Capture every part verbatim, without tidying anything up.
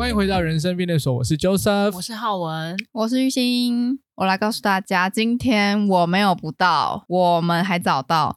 欢迎回到人生便利所，我是 Joseph， 我是浩文， 我是玉兴。我来告诉大家，今天我没有不到，我们还早到。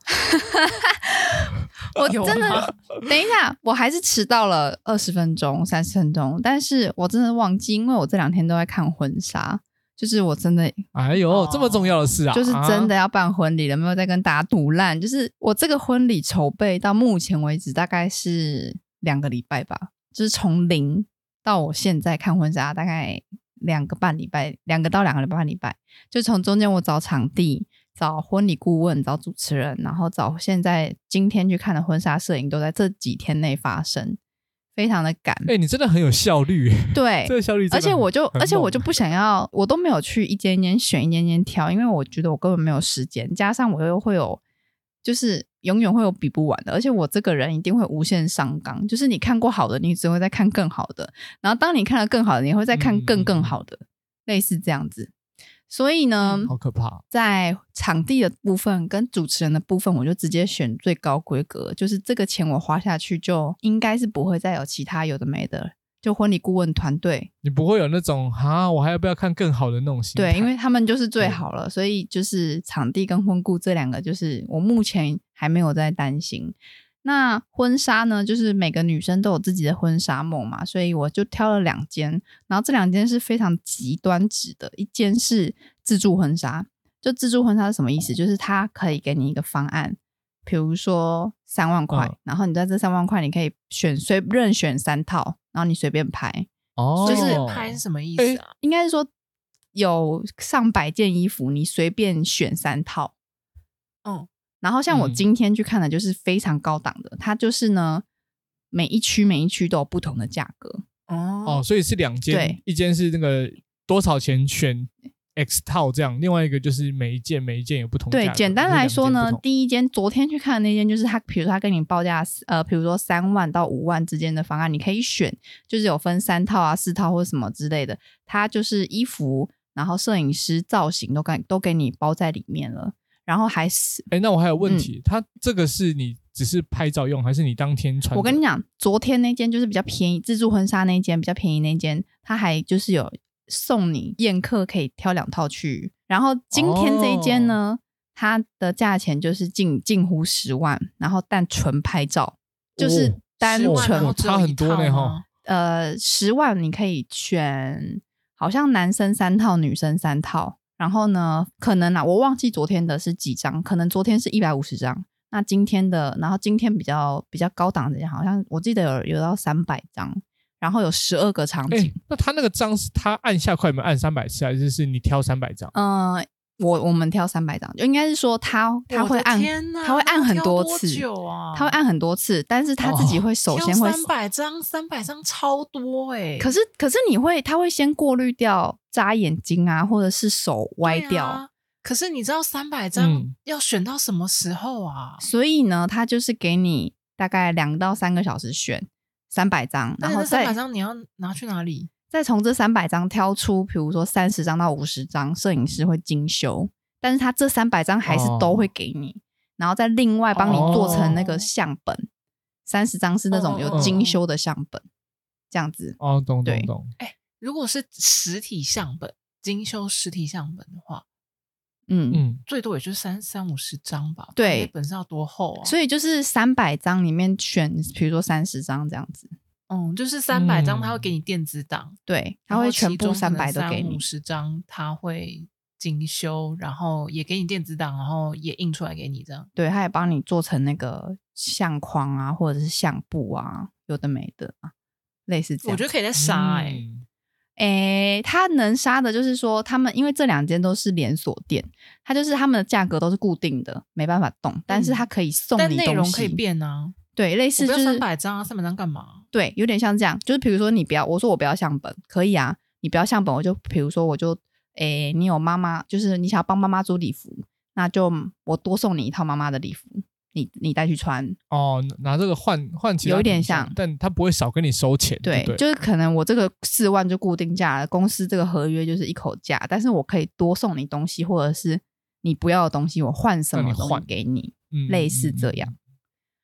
我真的等一下，我还是迟到了二十分钟、三十分钟，但是我真的忘记，因为我这两天都在看婚纱，就是我真的， 哎呦、哦，这么重要的事啊， 就是真的要办婚礼了，没有在跟大家赌烂。就是我这个婚礼筹备到目前为止大概是两个礼拜吧，就是从零到我现在看婚纱大概两个半礼拜，两个到两个半礼拜，就从中间我找场地、找婚礼顾问、找主持人，然后找现在今天去看的婚纱摄影，都在这几天内发生，非常的赶。 哎、欸，你真的很有效率， 对， 这个效率真的很， 而且我就很猛而且我就不想要，我都没有去一间一间选，一间一间挑，因为我觉得我根本没有时间，加上我又会有，就是永远会有比不完的，而且我这个人一定会无限上纲，就是你看过好的，你只会再看更好的，然后当你看了更好的，你会再看更更好的，嗯、类似这样子。所以呢、 嗯、好可怕， 在场地的部分跟主持人的部分，我就直接选最高规格，就是这个钱我花下去就应该是不会再有其他有的没的，就婚礼顾问团队你不会有那种哈我还要不要看更好的那种心态。 对，因为他们就是最好了，所以就是场地跟婚顾这两个就是我目前还没有在担心。那婚纱呢，就是每个女生都有自己的婚纱梦嘛，所以我就挑了两间，然后这两间是非常极端值的，一间是自助婚纱。就自助婚纱是什么意思？就是它可以给你一个方案，比如说三万块、嗯、然后你在这三万块你可以选随任选三套，然后你随便拍。 哦， 就是拍是什么意思啊？ 应该是说有上百件衣服，你随便选三套。嗯，然后像我今天去看的就是非常高档的、嗯、它就是呢每一区每一区都有不同的价格。 哦哦，所以是两间，一间是那个多少钱选 X 套这样，另外一个就是每一件每一件有不同价格。 对，简单来说呢，第一间昨天去看的那间就是他比如说他跟你报价呃，比如说三万到五万之间的方案，你可以选，就是有分三套啊四套或什么之类的，它就是衣服然后摄影师造型都给都给你包在里面了，然后还是哎，那我还有问题、嗯、它这个是你只是拍照用还是你当天穿？ 我跟你讲，昨天那间就是比较便宜，自助婚纱那间比较便宜那间，它还就是有送你宴客可以挑两套去，然后今天这一间呢、哦、它的价钱就是近近乎十万，然后但纯拍照、哦、就是单纯、 哦、差很多呢齁。 呃，十万你可以选好像男生三套女生三套，然后呢可能啊我忘记昨天的是几张，可能昨天是一百五十张，那今天的然后今天比较比较高档的好像我记得有有到三百张，然后有十二个场景、欸、 那他那个张是他按下快门按三百次还是是你挑三百张？ 嗯、呃，我我们挑三百张，就应该是说他他会按他会按很多次， 啊、 他会按很多次，但是他自己会首先会三百张三百张超多哎、欸， 可是可是你会他会先过滤掉眨眼睛啊或者是手歪掉、 啊、可是你知道三百张要选到什么时候啊、 嗯、所以呢他就是给你大概两到三个小时选三百张，然后三百张你要拿去哪里？ 再从这三百张挑出比如说三十张到五十张，摄影师会精修，但是他这三百张还是都会给你、哦、然后再另外帮你做成那个相本、哦、三十张是那种有精修的相本、哦、这样子。 哦，懂懂懂。 哎，如果是实体相本精修实体相本的话嗯嗯，最多也就三三五十张吧。 对， 本是要多厚啊？ 所以就是三百张里面选比如说三十张这样子。 嗯，就是三百张他会给你电子档、嗯、 对，他会全部三百都给你。 五十张他会精修，然后也给你电子档，然后也印出来给你这样。 对，他也帮你做成那个相框啊或者是相簿啊，有的没的啊，类似这样。 我觉得可以再杀哎、欸。 嗯诶，他能杀的就是说他们因为这两间都是连锁店，他就是他们的价格都是固定的没办法动、嗯、但是他可以送你东西， 但内容可以变啊。 对，类似就是三百张啊，三百张干嘛？ 对，有点像这样，就是比如说你不要，我说我不要相本，可以啊，你不要相本，我就比如说我就，诶，你有妈妈，就是你想要帮妈妈租礼服，那就我多送你一套妈妈的礼服，你你带去穿。 哦，拿这个换换其他， 有一点像， 但他不会少跟你收钱。 对， 对， 就是可能我这个四万就固定价了，公司这个合约就是一口价，但是我可以多送你东西，或者是你不要的东西，我换什么东西给你， 嗯、 类似这样。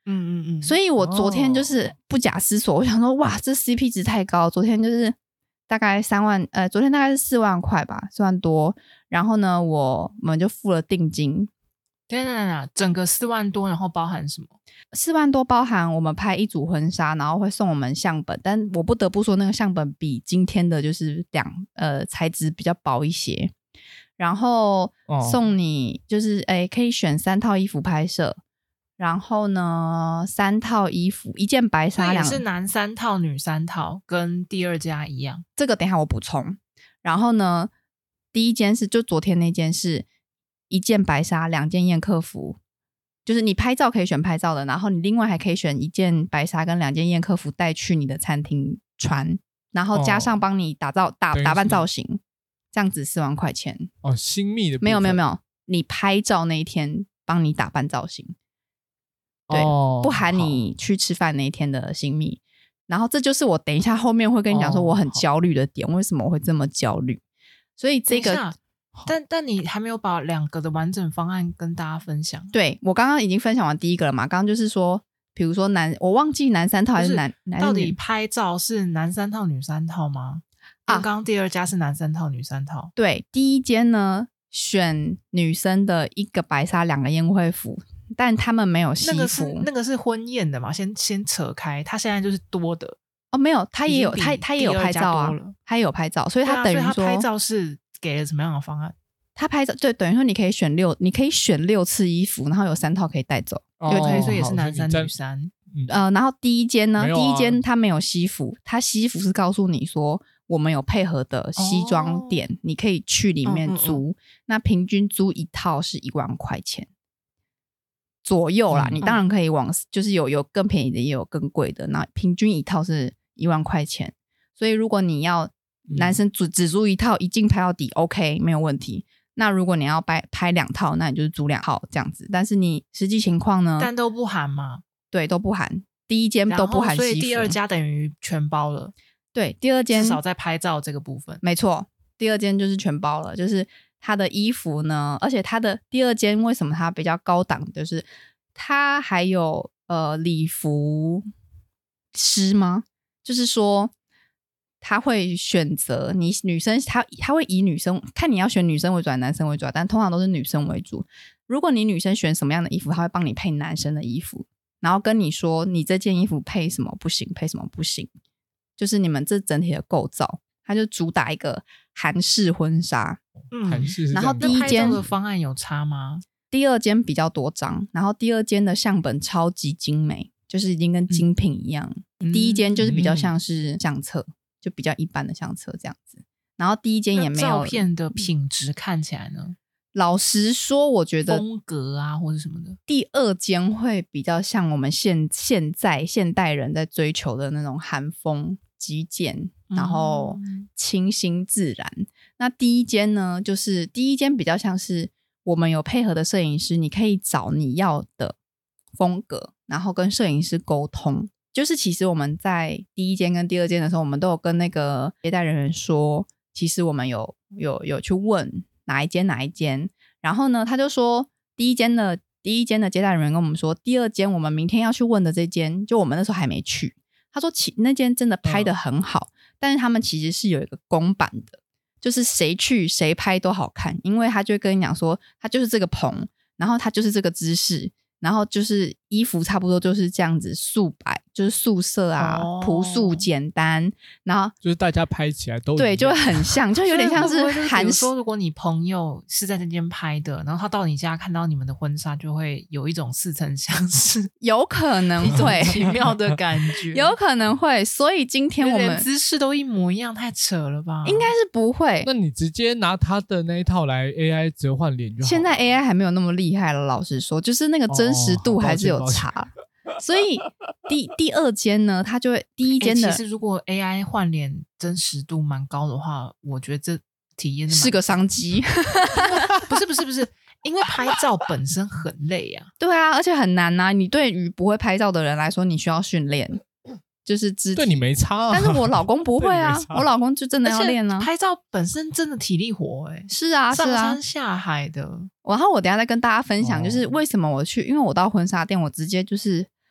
嗯嗯嗯， 所以我昨天就是不假思索，我想说哇，这 C P 值太高，昨天就是大概三万，呃，昨天大概是四万块吧，四万多。然后呢，我我们就付了定金。 对对对，整个四万多，然后包含什么？ 四万多包含我们拍一组婚纱，然后会送我们相本，但我不得不说，那个相本比今天的就是两呃材质比较薄一些。然后送你就是哎、哦，可以选三套衣服拍摄。然后呢，三套衣服，一件白纱，两也是男三套女三套，跟第二家一样。 这个等一下我补充。然后呢，第一间是就昨天那间是一件白纱，两件宴客服，就是你拍照可以选拍照的，然后你另外还可以选一件白纱跟两件宴客服带去你的餐厅穿，然后加上帮你打造、哦、打打扮造型，这样子四万块钱。 哦，新密的部分没有没有没有，你拍照那一天帮你打扮造型。对、哦，不含你去吃饭那一天的新密。然后这就是我等一下后面会跟你讲说我很焦虑的点、哦、为什么我会这么焦虑。所以这个但但你还没有把两个的完整方案跟大家分享。 对，我刚刚已经分享完第一个了嘛，刚刚就是说比如说男，我忘记男三套还是男男到底拍照是男三套女三套吗？啊，刚刚第二家是男三套女三套。 对，第一间呢选女生的一个白纱两个宴会服，但他们没有西服。 那个是那个是婚宴的嘛，先先扯开，他现在就是多的哦，没有，他也有他他也有拍照啊，他也有拍照，所以他等于说、啊、 他拍照是给了什么样的方案？ 他拍照就等于说你可以选六，你可以选六次衣服，然后有三套可以带走。 哦，对，所以也是男三女三。 呃，然后第一间呢， 啊、 第一间他没有西服，他西服是告诉你说我们有配合的西装店、哦，你可以去里面租、嗯嗯嗯，那平均租一套是一万块钱左右啦。嗯、你当然可以往，就是有有更便宜的，也有更贵的，那平均一套是一万块钱。所以如果你要男生只只租一套，一镜拍到底 ，OK， 没有问题。那如果你要拍拍两套，那你就是租两套这样子。但是你实际情况呢？ 但都不含吗？ 对，都不含。第一间都不含西服， 所以第二家等于全包了。 对，第二间至少在拍照这个部分， 没错，第二间就是全包了。就是它的衣服呢，而且它的第二间为什么它比较高档，就是它还有呃礼服师吗？就是说他会选择你女生，他他会以女生看你要选女生为主还是男生为主，但通常都是女生为主。如果你女生选什么样的衣服，他会帮你配男生的衣服，然后跟你说你这件衣服配什么不行，配什么不行，就是你们这整体的构造，他就主打一个韩式婚纱。 嗯， 韩式。 然后第一间的方案有差吗？ 第二间比较多张，然后第二间的相本超级精美，就是已经跟精品一样。嗯、第一间就是比较像是相册。嗯，就比较一般的相册这样子，然后第一间也没有照片的品质看起来呢。 老实说，我觉得风格啊或者什么的， 第二间会比较像我们现现在现代人在追求的那种韩风极简，然后清新自然。嗯、那第一间呢，就是第一间比较像是我们有配合的摄影师，你可以找你要的风格，然后跟摄影师沟通。就是其实我们在第一间跟第二间的时候，我们都有跟那个接待人员说，其实我们有有有去问哪一间哪一间，然后呢他就说第一间的第一间的接待人员跟我们说，第二间我们明天要去问的这间，就我们那时候还没去，他说其那间真的拍得很好、嗯、但是他们其实是有一个公版的，就是谁去谁拍都好看，因为他就会跟你讲说他就是这个棚，然后他就是这个姿势，然后就是衣服差不多就是这样子素白，就是素色啊，朴、哦、素简单，然后就是大家拍起来都对，就会很像，就有点像是韩式。 说如果你朋友是在那间拍的，然后他到你家看到你们的婚纱，就会有一种似曾相识， 有可能会奇妙的感觉， 有可能会。所以今天我们连姿势都一模一样，太扯了吧？ 应该是不会。 那你直接拿他的那一套来 A I 折换脸就好了。 现在 A I 还没有那么厉害了，老实说，就是那个真实度还是有差。哦、所以第第二间呢，它就会第一间的、 欸、其实如果 A I 换脸真实度蛮高的话，我觉得这体验是个商机。 不是不是不是，因为拍照本身很累啊。 对啊，而且很难啊。你对于不会拍照的人来说，你需要训练，就是肢体。 对你没差、啊， 但是我老公不会啊，我老公就真的要练啊。 拍照本身真的体力活哎、欸， 是啊是啊， 上山下海的。 然后我等一下再跟大家分享，就是为什么我去，因为我到婚纱店，我直接就是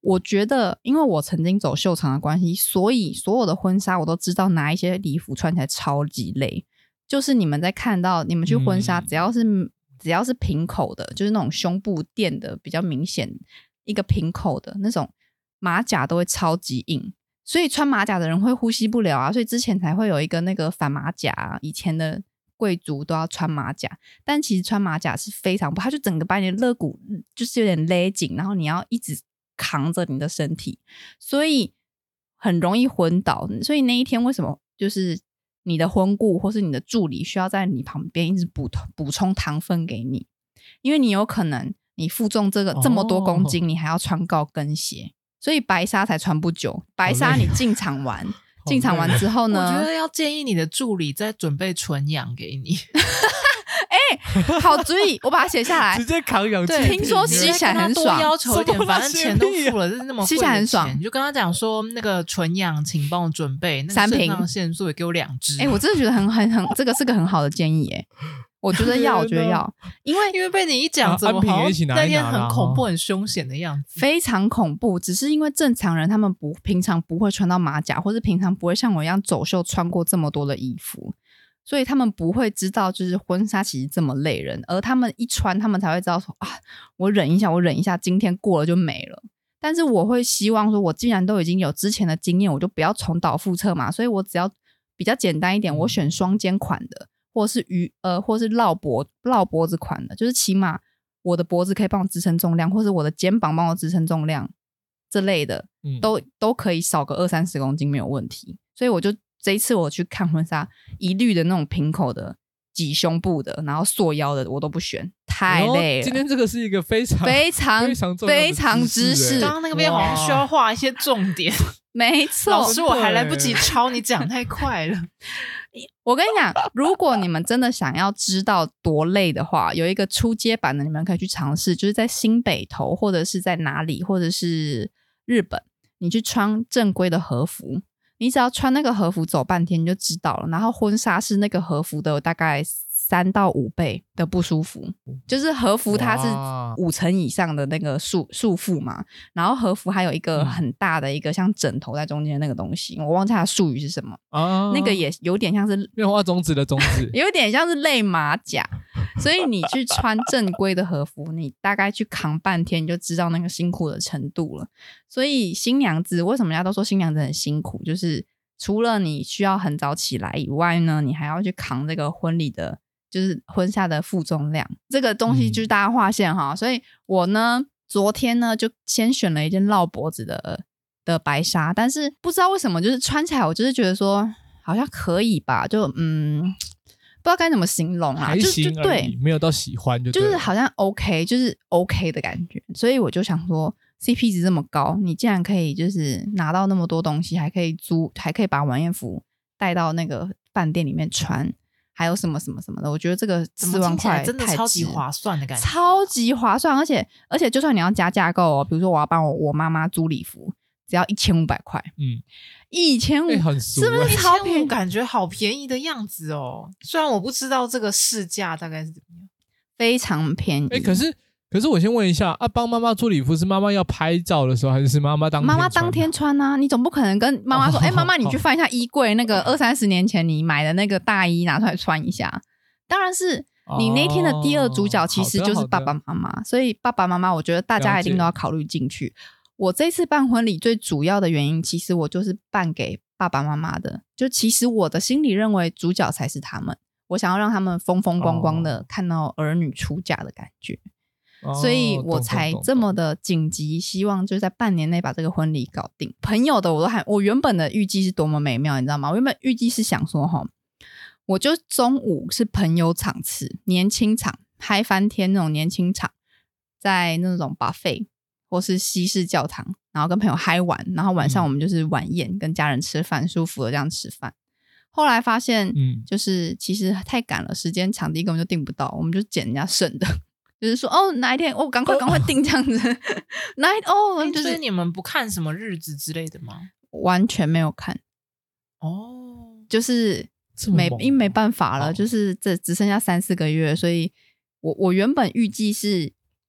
我觉得因为我曾经走秀场的关系，所以所有的婚纱我都知道哪一些礼服穿起来超级累，就是你们在看到你们去婚纱、嗯、只要是只要是平口的，就是那种胸部垫的比较明显一个平口的那种马甲都会超级硬，所以穿马甲的人会呼吸不了啊，所以之前才会有一个那个反马甲、啊、以前的贵族都要穿马甲，但其实穿马甲是非常不，它就整个把你的肋骨就是有点勒紧，然后你要一直扛着你的身体，所以很容易昏倒。所以那一天为什么就是你的婚顾或是你的助理需要在你旁边一直补补充糖分给你，因为你有可能你负重这个、哦、这么多公斤，你还要穿高跟鞋，所以白纱才穿不久。白纱你进场玩进场完之后呢， 我觉得要建议你的助理再准备纯氧给你。 哎、欸，好主意，我把它写下来。 直接扛氧气， 听说吸起来很爽， 多要求一点，反正钱都付了，是那么贵的钱， 吸起来很爽。 你就跟他讲说，那个纯氧，请帮我准备那个肾上腺素，也给我两支。 哎、欸，我真的觉得很很很，这个是个很好的建议。哎，我觉得要，我觉得要，因为因为被你一讲，怎么好像那天很恐怖、很凶险的样子， 非常恐怖。只是因为正常人他们不平常不会穿到马甲，或是平常不会像我一样走秀穿过这么多的衣服。所以他们不会知道就是婚纱其实这么累人，而他们一穿他们才会知道说啊，我忍一下我忍一下，今天过了就没了。但是我会希望说我既然都已经有之前的经验，我就不要重蹈覆辙嘛，所以我只要比较简单一点，我选双肩款的，或是鱼呃或是绕脖绕脖子款的，就是起码我的脖子可以帮我支撑重量，或是我的肩膀帮我支撑重量这类的、嗯、都都可以少个二三十公斤没有问题。所以我就这一次我去看婚纱，一律的那种平口的挤胸部的然后塑腰的我都不选，太累了、哦、 今天这个是一个非常非常非常非常知识， 刚刚那个边好像需要画一些重点。 没错， 老师我还来不及抄，你讲太快了。 我跟你讲，如果你们真的想要知道多累的话，有一个初阶版的你们可以去尝试，就是在新北投或者是在哪里，或者是日本，你去穿正规的和服，你只要穿那个和服走半天你就知道了，然后婚纱是那个和服的大概三到五倍的不舒服，就是和服它是五成以上的那个束束缚嘛，然后和服还有一个很大的一个像枕头在中间的那个东西，我忘记它的术语是什么、啊、那个也有点像是变化种子的种子有点像是类马甲，所以你去穿正规的和服你大概去扛半天你就知道那个辛苦的程度了。所以新娘子为什么大家都说新娘子很辛苦，就是除了你需要很早起来以外呢，你还要去扛这个婚礼的就是婚纱的负重量，这个东西就是大家划线哈、嗯、所以我呢昨天呢就先选了一件绕脖子的的白纱，但是不知道为什么就是穿起来我就是觉得说好像可以吧，就嗯不知道该怎么形容啊， 还行而已， 就就对， 没有到喜欢就对了， 就是好像 OK 就是 OK 的感觉。所以我就想说 C P 值这么高，你竟然可以就是拿到那么多东西，还可以租，还可以把晚宴服带到那个饭店里面穿，还有什么什么什么的，我觉得这个四万块真的超级划算的感觉， 超级划算。而且而且就算你要加价购哦，比如说我要帮我我妈妈租礼服，只要一千五百块，嗯，一千五，是不是超便宜？ 感觉好便宜的样子哦。虽然我不知道这个市价大概是怎么样， 非常便宜。 哎、欸，可是可是我先问一下啊，帮妈妈做礼服是妈妈要拍照的时候，还是妈妈当天穿？ 妈妈当天穿啊，你总不可能跟妈妈说，哎、哦，妈妈、欸，你去翻一下衣柜，那个二三十年前你买的那个大衣拿出来穿一下。当然是你那天的第二主角其实就是爸爸妈妈、哦，所以爸爸妈妈，我觉得大家一定都要考虑进去。我这次办婚礼最主要的原因，其实我就是办给爸爸妈妈的，就其实我的心里认为主角才是他们，我想要让他们风风光光的看到儿女出嫁的感觉。哦，所以我才这么的紧急，希望就在半年内把这个婚礼搞定。朋友的我都还，我原本的预计是多么美妙，你知道吗？我原本预计是想说齁，我就中午是朋友场次，年轻场嗨翻天那种年轻场，在那种 buffet 或是西式教堂，然后跟朋友嗨玩，然后晚上我们就是晚宴，跟家人吃饭，舒服的这样吃饭。后来发现就是其实太赶了，时间场地根本就订不到，我们就捡人家剩的，就是说哦哪一天哦赶快赶快订这样子哪一哦、欸、就是所以你们不看什么日子之类的吗？ 完全没有看哦，就是没因为没办法了，就是这只剩下三四个月，所以我我原本预计是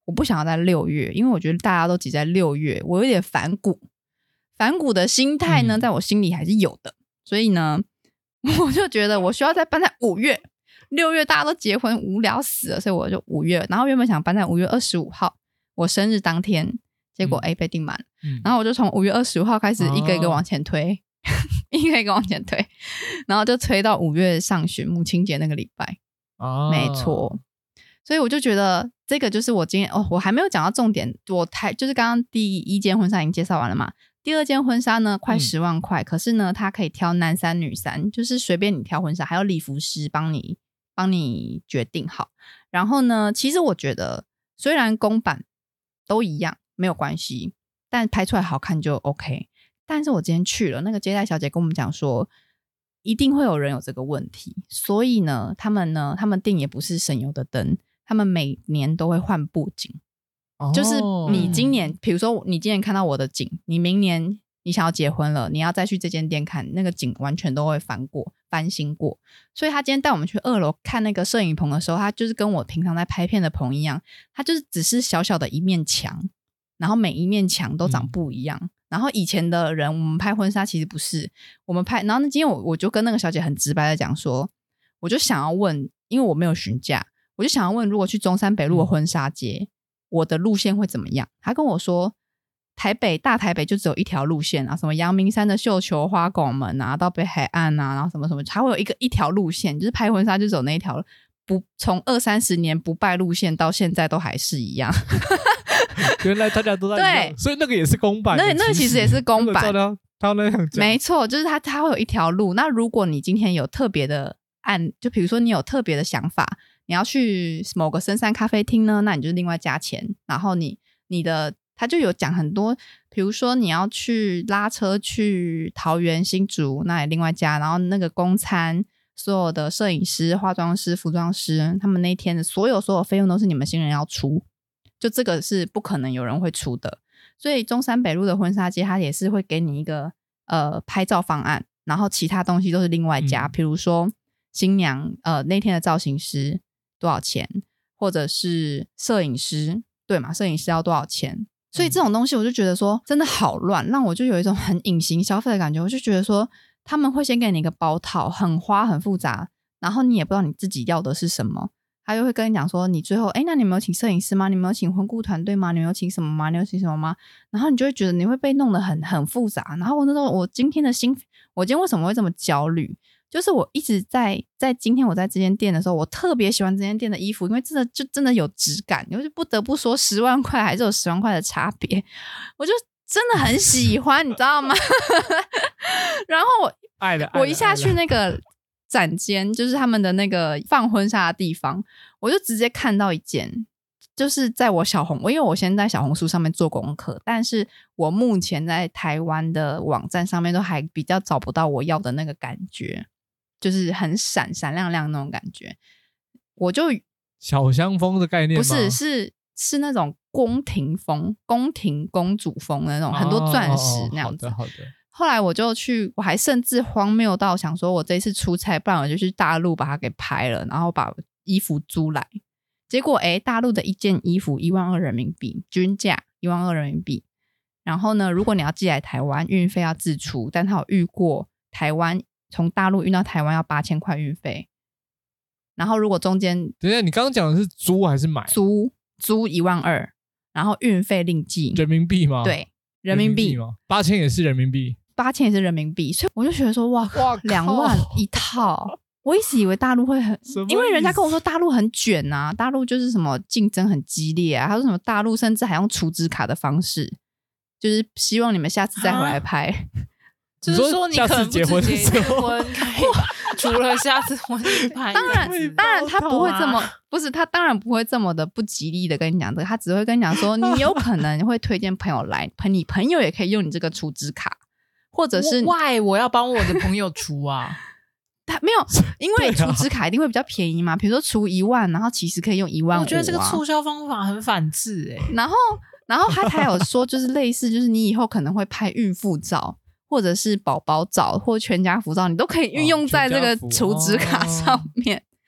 我不想要在六月，因为我觉得大家都挤在六月，我有点反骨，反骨的心态呢，在我心里还是有的，嗯、所以呢，我就觉得我需要再搬在五月，六月大家都结婚，无聊死了，所以我就五月，然后原本想搬在五月二十五号，我生日当天，结果哎、嗯、被订满、嗯，然后我就从五月二十五号开始一个一个往前推，哦、一个一个往前推，然后就推到五月上旬母亲节那个礼拜，哦，没错。所以我就觉得这个就是我今天哦，我还没有讲到重点，我台就是刚刚第一间婚纱已经介绍完了嘛，第二间婚纱呢快十万块、嗯，可是呢它可以挑男三女三，就是随便你挑婚纱，还有礼服师帮你帮你决定好。然后呢，其实我觉得虽然公版都一样没有关系，但拍出来好看就 OK。但是我今天去了，那个接待小姐跟我们讲说，一定会有人有这个问题，所以呢，他们呢，他们订也不是省油的灯。他们每年都会换布景、哦、就是你今年比如说你今年看到我的景，你明年你想要结婚了，你要再去这间店看那个景，完全都会翻过翻新过。所以他今天带我们去二楼看那个摄影棚的时候，他就是跟我平常在拍片的棚一样，他就是只是小小的一面墙，然后每一面墙都长不一样、嗯、然后以前的人我们拍婚纱其实不是我们拍，然后今天我我就跟那个小姐很直白的讲说，我就想要问，因为我没有询价，我就想要问，如果去中山北路的婚纱街、嗯、我的路线会怎么样？他跟我说台北大台北就只有一条路线啊，什么阳明山的绣球花拱门啊到北海岸啊，然后什么什么，它会有一个一条路线，就是拍婚纱就走那一条，不从二三十年不败路线到现在都还是一样原来大家都在一样，所以那个也是公版的， 那那其实也是公版、 那個、他那样讲没错，就是它它会有一条路。那如果你今天有特别的案，就比如说你有特别的想法，你要去某个深山咖啡厅呢，那你就另外加钱。然后你你的他就有讲很多，比如说你要去拉车去桃园新竹，那也另外加。然后那个公餐，所有的摄影师、化妆师、服装师，他们那一天的所有所有费用都是你们新人要出，就这个是不可能有人会出的。所以中山北路的婚纱街，它也是会给你一个呃拍照方案，然后其他东西都是另外加，比、嗯、如说新娘呃那天的造型师多少钱，或者是摄影师，对嘛，摄影师要多少钱。所以这种东西我就觉得说真的好乱，让我就有一种很隐形消费的感觉。我就觉得说他们会先给你一个包套，很花很复杂，然后你也不知道你自己要的是什么，他就会跟你讲说你最后诶那你们有请摄影师吗？你们有请婚顾团队吗？你们有请什么吗？你有请什么吗？然后你就会觉得你会被弄得很很复杂。然后我那时候我今天的心我今天为什么会这么焦虑，就是我一直在在今天我在这间店的时候，我特别喜欢这间店的衣服，因为真的就真的有质感，我就不得不说十万块还是有十万块的差别，我就真的很喜欢你知道吗然后我爱的我一下去那个展间，就是他们的那个放婚纱的地方，我就直接看到一件，就是在我小红，因为我先在小红书上面做功课，但是我目前在台湾的网站上面都还比较找不到我要的那个感觉，就是很闪闪亮亮那种感觉。我就小香风的概念吗？ 不是，是是那种宫廷风，宫廷公主风的那种，很多钻石那样子。 哦哦哦好的好的。 后来我就去，我还甚至荒谬到想说我这一次出差，不然我就去大陆把它给拍了，然后把衣服租来。结果诶大陆的一件衣服一万二人民币，均价一万二人民币。然后呢，如果你要寄来台湾，运费要自出，但他有遇过台湾从大陆运到台湾要八千块运费。然后如果中间， 等一下，你刚刚讲的是租还是买？ 租租一万二，然后运费另计。 人民币吗？ 对，人民币吗？八千也是人民币， 八千也是人民币，所以我就觉得说，哇，两万一套。我一直以为大陆会很，因为人家跟我说大陆很卷啊，大陆就是什么竞争很激烈啊，他说什么大陆甚至还用储值卡的方式，就是希望你们下次再回来拍。 就是说你可能不止结婚可以除了下次婚礼拍， 当然当然他不会这么，不是他当然不会这么的不吉利的跟你讲这个，他只会跟你讲说你有可能会推荐朋友来，你朋友也可以用你这个储值卡，或者是 why 我要帮我的朋友除啊他没有，因为储值卡一定会比较便宜嘛，比如说除一万，然后其实可以用一万五、啊。 我觉得这个促销方法很反智诶、欸。 然后，然后他还有说，就是类似，就是你以后可能会拍孕妇照，或者是宝宝照，或全家福照，你都可以运用在这个储值卡上面。哦、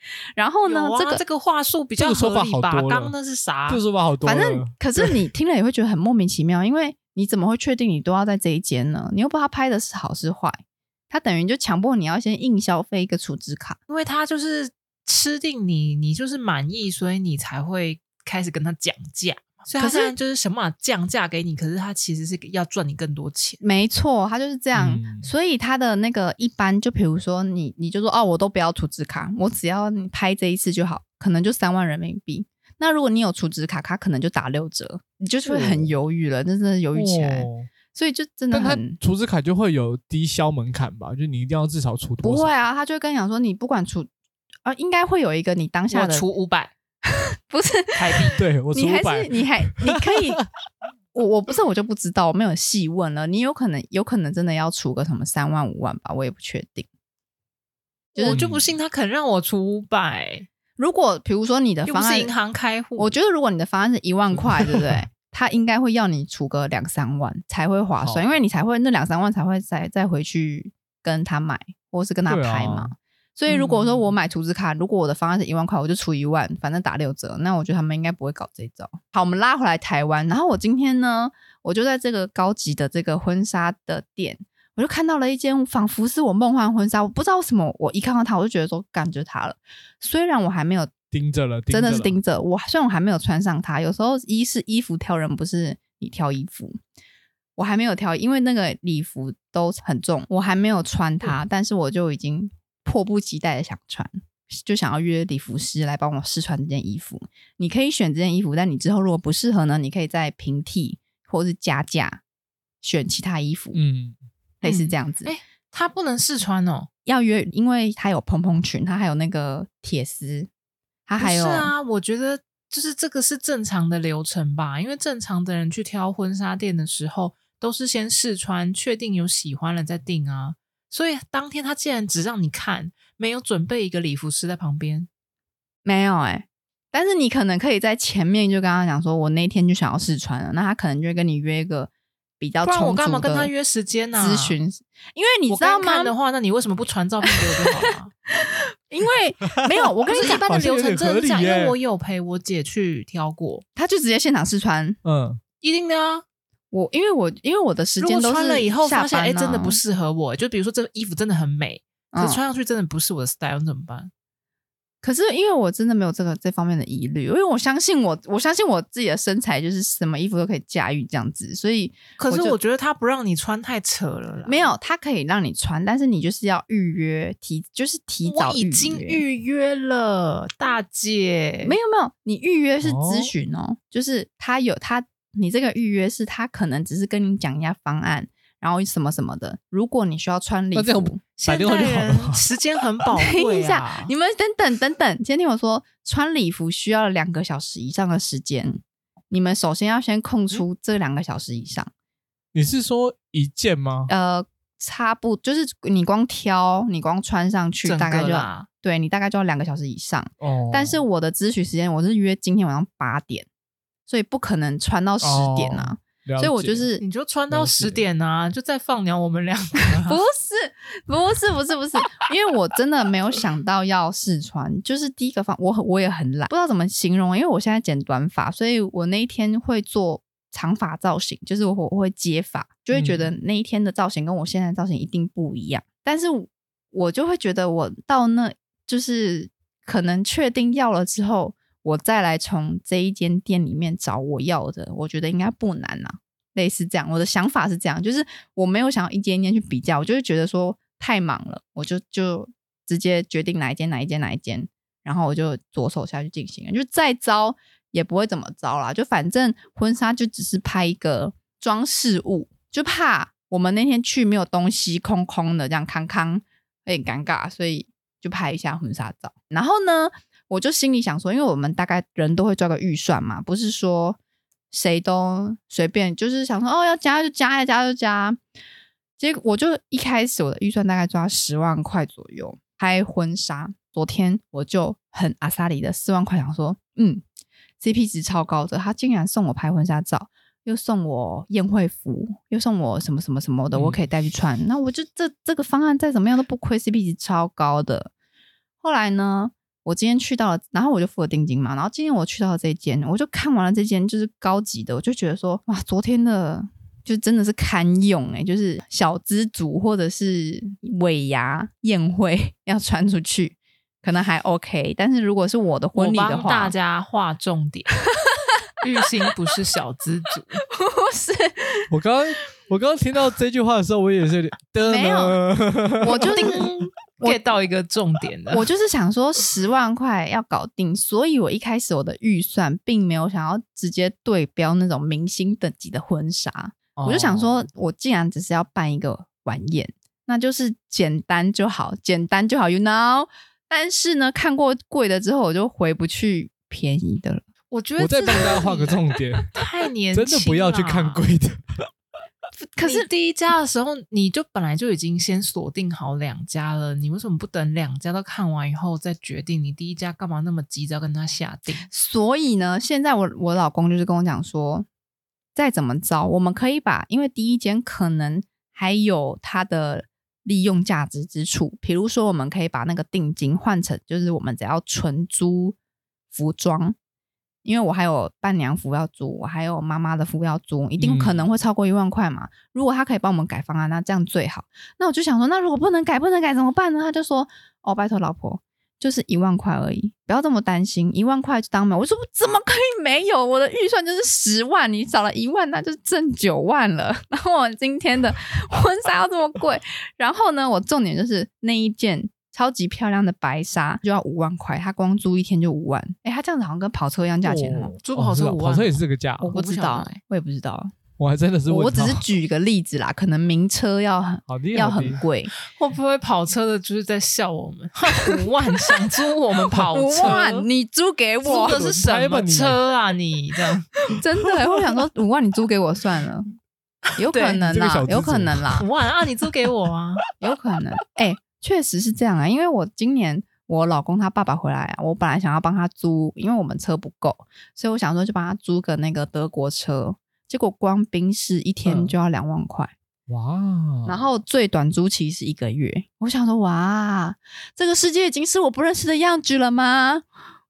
然后呢， 啊、 这个这个话术比较合理吧？刚刚那是啥？ 这个说法好多了。 反正可是你听了也会觉得很莫名其妙，因为你怎么会确定你都要在这一间呢？你又不知道他拍的是好是坏，他等于就强迫你要先硬消费一个储值卡， 因为他就是吃定你，你就是满意，所以你才会开始跟他讲价。所以他现在就是想办法降价给你，可是他其实是要赚你更多钱。 没错，他就是这样、嗯、所以他的那个一般就比如说你你就说哦，我都不要储值卡，我只要你拍这一次就好，可能就三万人民币。那如果你有储值卡，他可能就打六折，你就是会很犹豫了，真的犹豫起来、哦、所以就真的很。 但他储值卡就会有低消门槛吧，就你一定要至少储多少。 不会啊，他就会跟你讲说你不管储啊，应该会有一个你当下的储五百不是台币， 对我储五百， 你还是你还你可以，我我不是我就不知道，我没有细问了。你有可能有可能真的要储个什么三万五万吧，我也不确定。 就是、我就不信他肯让我储五百。 如果比如说你的方案又不是银行开户， 我觉得如果你的方案是一万块，对不对？他应该会要你储个两三万才会划算，因为你才会那两三万才会再再回去跟他买，或是跟他拍嘛。所以如果说我买储值卡、嗯、如果我的方案是一万块，我就出一万，反正打六折，那我觉得他们应该不会搞这一招。好，我们拉回来台湾，然后我今天呢，我就在这个高级的这个婚纱的店，我就看到了一间仿佛是我梦幻婚纱，我不知道为什么我一看到它我就觉得说干就是它了。虽然我还没有盯着了， 真的是盯着，我虽然我还没有穿上它，有时候一是衣服挑人，不是你挑衣服，我还没有挑，因为那个礼服都很重，我还没有穿它、嗯、但是我就已经迫不及待的想穿，就想要约礼服师来帮我试穿这件衣服。你可以选这件衣服，但你之后如果不适合呢，你可以再平替或是加价选其他衣服，嗯，类似这样子。 哎、嗯欸，它不能试穿哦， 要约，因为它有蓬蓬裙，它还有那个铁丝，它还有。 不是啊，我觉得就是这个是正常的流程吧，因为正常的人去挑婚纱店的时候，都是先试穿，确定有喜欢了再订啊。所以当天他竟然只让你看，没有准备一个礼服师在旁边。 没有欸，但是你可能可以在前面就跟他讲说我那天就想要试穿了，那他可能就会跟你约一个比较充足的，不然我干嘛跟他约时间啊？ 咨询，因为你知道吗？ 我看的话，那你为什么不传照片给我就好了？ 因为没有，我跟你讲， 一般的流程真的是这样，因为我有陪我姐去挑过， 他就直接现场试穿， 嗯， 一定的啊。 我因为我因为我的时间都是下班、啊、 如果穿了以后发现哎、欸、真的不适合我，就比如说这个衣服真的很美，可是穿上去真的不是我的 style， 怎么办？ 可是因为我真的没有这个这方面的疑虑，因为我相信我我相信我自己的身材就是什么衣服都可以驾驭这样子，所以可是我觉得他不让你穿太扯了啦。 没有，他可以让你穿，但是你就是要预约提就是提早预约。 我已经预约了，大姐。 没有没有，你预约是咨询哦，就是他有他你这个预约是他可能只是跟你讲一下方案，然后什么什么的。如果你需要穿礼服， 现代人时间很宝贵啊。 等一下，你们等等等等，先听我说，穿礼服需要两个小时以上的时间，你们首先要先空出这两个小时以上。 你是说一件吗？ 呃，差不就是你光挑，你光穿上去大概就对你大概就要两个小时以上。哦，但是我的咨询时间我是约今天晚上八点。所以不可能穿到十点啊、哦，所以我就是你就穿到十点啊，就再放鸟我们两个、啊。 不是，不是，不是，不是，因为我真的没有想到要试穿。就是第一个方，我我也很懒，不知道怎么形容。因为我现在剪短发，所以我那一天会做长发造型，就是我我会接发，就会觉得那一天的造型跟我现在的造型一定不一样。嗯、但是我就会觉得，我到那就是可能确定要了之后。我再来从这一间店里面找我要的，我觉得应该不难啊，类似这样。我的想法是这样，就是我没有想要一间一间去比较，我就是觉得说太忙了，我就就直接决定哪一间哪一间哪一间，然后我就着手下去进行了。就再糟也不会怎么糟啦，就反正婚纱就只是拍一个装饰物，就怕我们那天去没有东西，空空的这样康康有点尴尬，所以就拍一下婚纱照。然后呢我就心里想说，因为我们大概人都会抓个预算嘛，不是说谁都随便，就是想说哦要加就加，要加就加。结果我就一开始我的预算大概抓十万块左右拍婚纱，昨天我就很阿萨里的四万块想说嗯 C P 值超高的，他竟然送我拍婚纱照，又送我宴会服，又送我什么什么什么的，我可以带去穿、嗯、那我就这这个方案再怎么样都不亏， C P 值超高的。后来呢我今天去到了，然后我就付了定金嘛，然后今天我去到了这间，我就看完了这间就是高级的，我就觉得说哇，昨天的就真的是堪用欸，就是小资族或者是尾牙宴会要穿出去可能还 OK， 但是如果是我的婚礼的话， 我帮大家划重点玉兴不是小资族不是我刚刚我刚刚听到这句话的时候我也是有点没有我就 get 到一个重点的， 我就是想说十万块要搞定，所以我一开始我的预算并没有想要直接对标那种明星等级的婚纱，哦，我就想说我既然只是要办一个晚宴，那就是简单就好，简单就好 you know， 但是呢看过贵的之后我就回不去便宜的了。 我觉得我再帮大家画个重点太年轻了， 真的不要去看贵的可是第一家的时候你就本来就已经先锁定好两家了，你为什么不等两家都看完以后再决定？你第一家干嘛那么急着要跟他下定？ 所以呢现在我我老公就是跟我讲说再怎么着我们可以把，因为第一间可能还有它的利用价值之处，比如说我们可以把那个定金换成就是我们只要纯租服装，因为我还有伴娘服要租，我还有妈妈的服要租，一定可能会超过一万块嘛，嗯，如果他可以帮我们改方案那这样最好。那我就想说那如果不能改不能改怎么办呢？他就说哦拜托老婆就是一万块而已，不要这么担心，一万块就当没有。我说怎么可以没有，我的预算就是十万，你少了一万那就是挣九万了，然后我今天的婚纱要这么贵然后呢我重点就是那一件超级漂亮的白纱就要五万块，他光租一天就五万。哎，他这样子好像跟跑车一样价钱哦， 租跑车五万， 跑车也是这个价， 我不知道，我也不知道， 我还真的是问我只是举一个例子啦，可能名车要很要很贵， 会不会跑车的就是在笑我们五万想租我们跑车， 五万你租给我， 租的是什么车啊你这样真的我想说五万你租给我算了，有可能啦，有可能啦， 五万啊你租给我啊有可能。哎，确实是这样啊，因为我今年我老公他爸爸回来啊，我本来想要帮他租，因为我们车不够，所以我想说就帮他租个那个德国车，结果光宾士一天就要两万块， 嗯，哇！然后最短租期是一个月，我想说哇，这个世界已经是我不认识的样子了吗？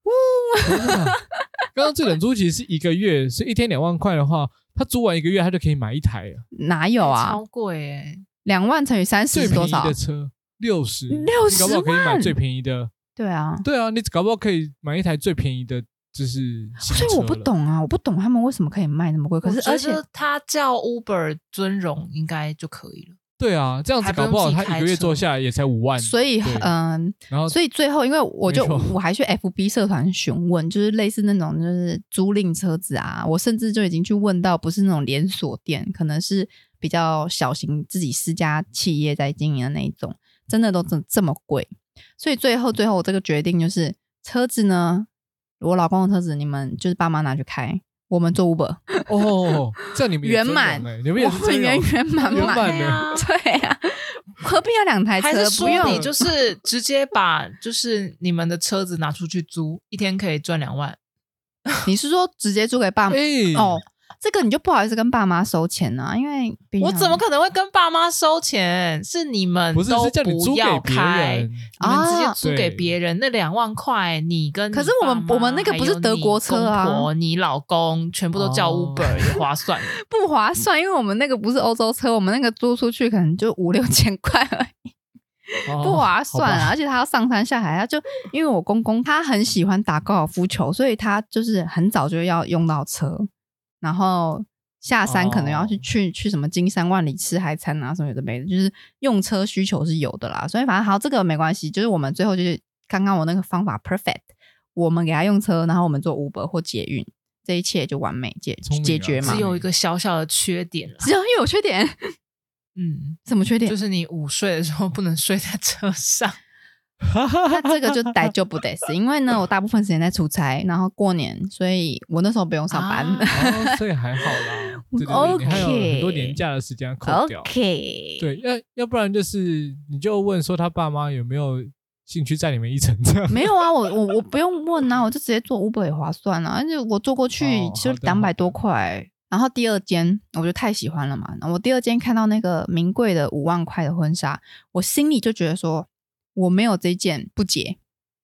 刚刚最短租期是一个月，是一天两万块的话，他租完一个月他就可以买一台了。 哪有啊？ 超贵耶！ 两万乘以三十是多少？ 最便宜的车六十， 六十万， 你搞不好可以买最便宜的。 对啊， 对啊，你搞不好可以买一台最便宜的。就是所以我不懂啊，我不懂他们为什么可以卖那么贵。可是而且他叫 Uber 尊荣应该就可以了。 对啊，这样子搞不好他一个月做下来也才五万。 所以嗯，然后所以最后因为我就我还去 F B 社团询问，就是类似那种就是租赁车子啊，我甚至就已经去问到不是那种连锁店，可能是比较小型自己私家企业在经营的那一种，真的都这这么贵。所以最后最后我这个决定就是车子呢。我老公的车子你们就是爸妈拿去开，我们做 Uber 哦，这样你们圆满， 你们也是圆圆满满， 对啊，对啊，何必要两台车？ 还是说你就是直接把就是你们的车子拿出去租，一天可以赚两万？ 你是说直接租给爸妈？ 欸、 哦。这个你就不好意思跟爸妈收钱啊，因为我怎么可能会跟爸妈收钱？是你们都不要开，你们直接租给别人，那两万块你跟你可是我们我们那个不是德国车啊， 你公婆、你老公全部都叫 Uber，哦、也划算？ 不划算，因为我们那个不是欧洲车，我们那个租出去可能就五六千块而已。哦、不划算啊！而且他要上山下海，他就因为我公公他很喜欢打高尔夫球，所以他就是很早就要用到车。然后下山可能要去、哦、去去什么金山万里吃海餐啊什么有的没的，就是用车需求是有的啦。所以反正好，这个没关系，就是我们最后就是刚刚我那个方法 perfect， 我们给他用车，然后我们做 Uber 或捷运，这一切就完美解、啊、解决嘛。 只有一个小小的缺点啦， 只有又有缺点， 嗯， 什么缺点？ 就是你午睡的时候不能睡在车上。 那这个就大丈夫です，因为呢我大部分时间在出差，然后过年，所以我那时候不用上班、啊哦、所以还好啦。对对对 OK， 你还有很多年假的时间要扣掉。 OK， 对，要要不然就是你就问说他爸妈有没有兴趣载你们一程这样。 没有啊，我我我不用问啊，我就直接坐 Uber 也划算啊，而且我坐过去就两百多块。然后第二间我就太喜欢了嘛，我第二间看到那个名贵的五万块的婚纱，我心里就觉得说我没有这件不结，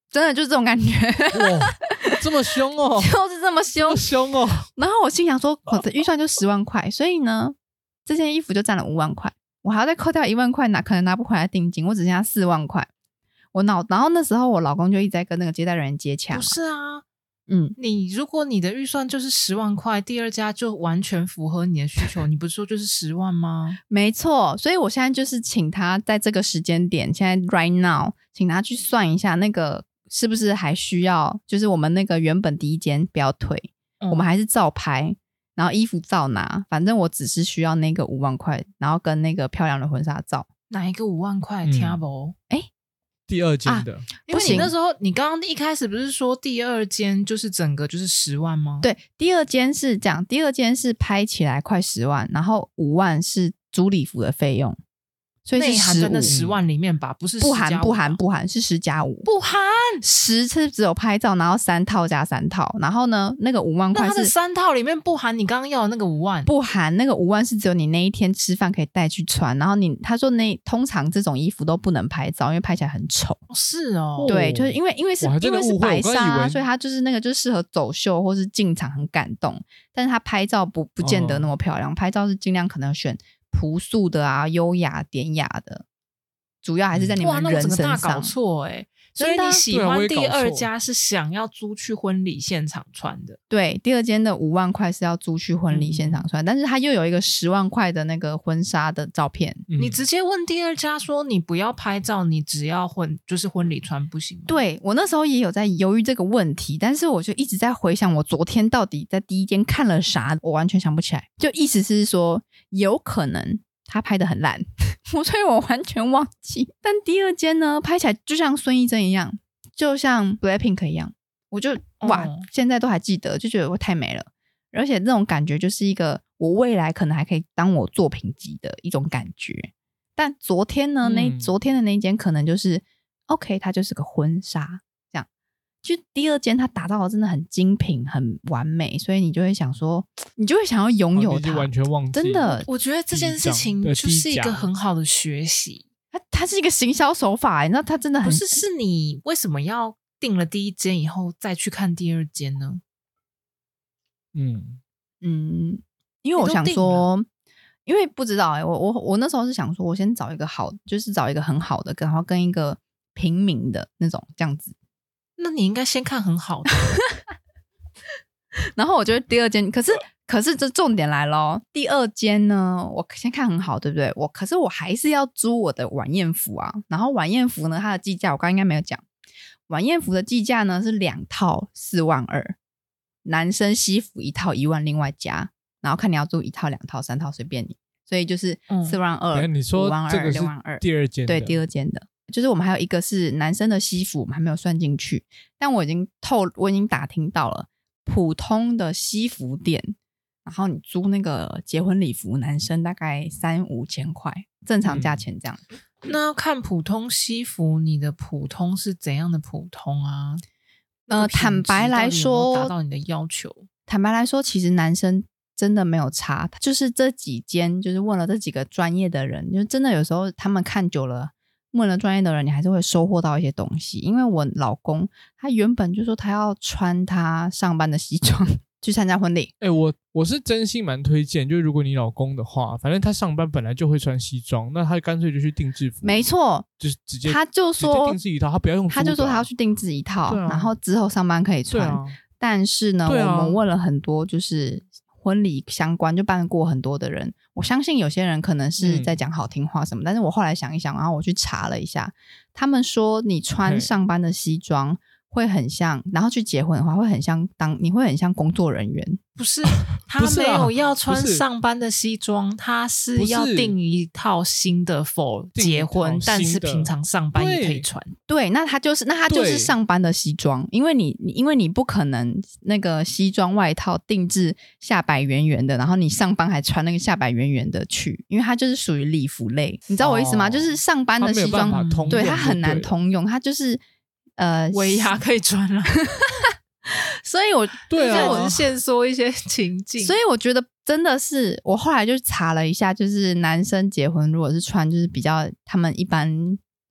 真的就是这种感觉。 哇，这么凶哦， 就是这么凶，这么凶哦。 然后我心想说，我的预算就十万块，所以呢，这件衣服就占了五万块，我还要再扣掉一万块拿，可能拿不回来定金，我只剩下四万块。我脑，然后那时候我老公就一直在跟那个接待人员接洽。 不是啊， 嗯， 你如果你的预算就是十万块，第二家就完全符合你的需求，你不是说就是十万吗？ 没错，所以我现在就是请他在这个时间点，现在 right now， 请他去算一下那个是不是还需要，就是我们那个原本第一间不要退，嗯、我们还是照拍，然后衣服照拿，反正我只是需要那个五万块，然后跟那个漂亮的婚纱照。 哪一个五万块？听不？ 哎。 第二间的、啊， 因为你那时候你刚刚一开始不是说第二间就是整个就是十万吗？ 对，第二间是这样，第二间是拍起来快十万，然后五万是租礼服的费用，所以是内含在那十万里面吧？不是不含不含不含是十加五， 不含十是只有拍照，然后三套加三套，然后呢那个五万块是那它的三套里面不含你刚刚要的那个五万， 不含那个五万是只有你那一天吃饭可以带去穿，然后你他说那通常这种衣服都不能拍照，因为拍起来很丑。 是哦， 对，就是因为因为是因为是白纱，所以它就是那个就适合走秀或是进场很感动，但是它拍照不不见得那么漂亮，哦、拍照是尽量可能选朴素的啊、优雅典雅的。主要还是在你们人身上。 哇，那我整个大搞错哎、欸！所以你喜欢第二家是想要租去婚礼现场穿的？ 对，第二间的五万块是要租去婚礼现场穿，嗯、但是它又有一个十万块的那个婚纱的照片。 嗯、你直接问第二家说你不要拍照，你只要婚就是婚礼穿不行吗？ 对，我那时候也有在犹豫这个问题，但是我就一直在回想我昨天到底在第一间看了啥，我完全想不起来。就意思是说，有可能他拍得很烂，所以我完全忘记。但第二间呢，拍起来就像孙艺珍一样，就像 Blackpink 一样，我就哇、哦，现在都还记得，就觉得我太美了。而且那种感觉就是一个我未来可能还可以当我作品集的一种感觉。但昨天呢，那、嗯、昨天的那一间可能就是 OK， 它就是个婚纱。就第二间它打造的真的很精品很完美，所以你就会想说你就会想要拥有它、 哦、完全忘记真的。 我觉得这件事情就是一个很好的学习， 它它是一个行销手法，你知道它真的很不是是你为什么要订了第一间以后再去看第二间呢？ 嗯嗯，因为我想说因为不知道哎、欸，我我我那时候是想说我先找一个好，就是找一个很好的，然后跟一个平民的那种这样子。 那你应该先看很好的然后我觉得第二间可是可是这重点来咯，第二间呢我先看很好对不对，我可是我还是要租我的晚宴服啊。然后晚宴服呢它的计价我刚刚应该没有讲，晚宴服的计价呢是两套四万二，男生西服一套一万另外加，然后看你要租一套两套三套随便你，所以就是四万二、 嗯、你说五万二这个是第二间的， 对，第二间的就是我们还有一个是男生的西服我们还没有算进去，但我已经透我已经打听到了普通的西服店，然后你租那个结婚礼服男生大概三五千块正常价钱这样、 嗯、那要看普通西服你的普通是怎样的普通啊？ 呃，坦白来说达到你的要求， 坦白来说其实男生真的没有差，就是这几间就是问了这几个专业的人，就真的有时候他们看久了问了专业的人你还是会收获到一些东西。因为我老公他原本就说他要穿他上班的西装去参加婚礼。 哎、欸，我我是真心蛮推荐，就是如果你老公的话，反正他上班本来就会穿西装，那他干脆就去定制服。 没错， 就是直接他就说定制一套，他不要用、啊、 他就说他要去定制一套、啊、然后之后上班可以穿、啊、但是呢、啊、我们问了很多就是婚礼相关就办过很多的人，我相信有些人可能是在讲好听话什么、嗯、但是我后来想一想，然后我去查了一下，他们说你穿上班的西装会很像，然后去结婚的话会很像当你会很像工作人员。 不是，他没有要穿上班的西装，他是要订一套新的 for 结婚，但是平常上班也可以穿。 对，那他就是那他就是上班的西装，因为你因为你不可能那个西装外套定制下摆圆圆的，然后你上班还穿那个下摆圆圆的去，因为它就是属于礼服类，你知道我意思吗？哦、就是上班的西装，对，它很难通用，它就是呃围牙可以穿了。 所以我对啊， 我是先说一些情境， 所以我觉得真的是我后来就查了一下，就是男生结婚如果是穿就是比较他们一般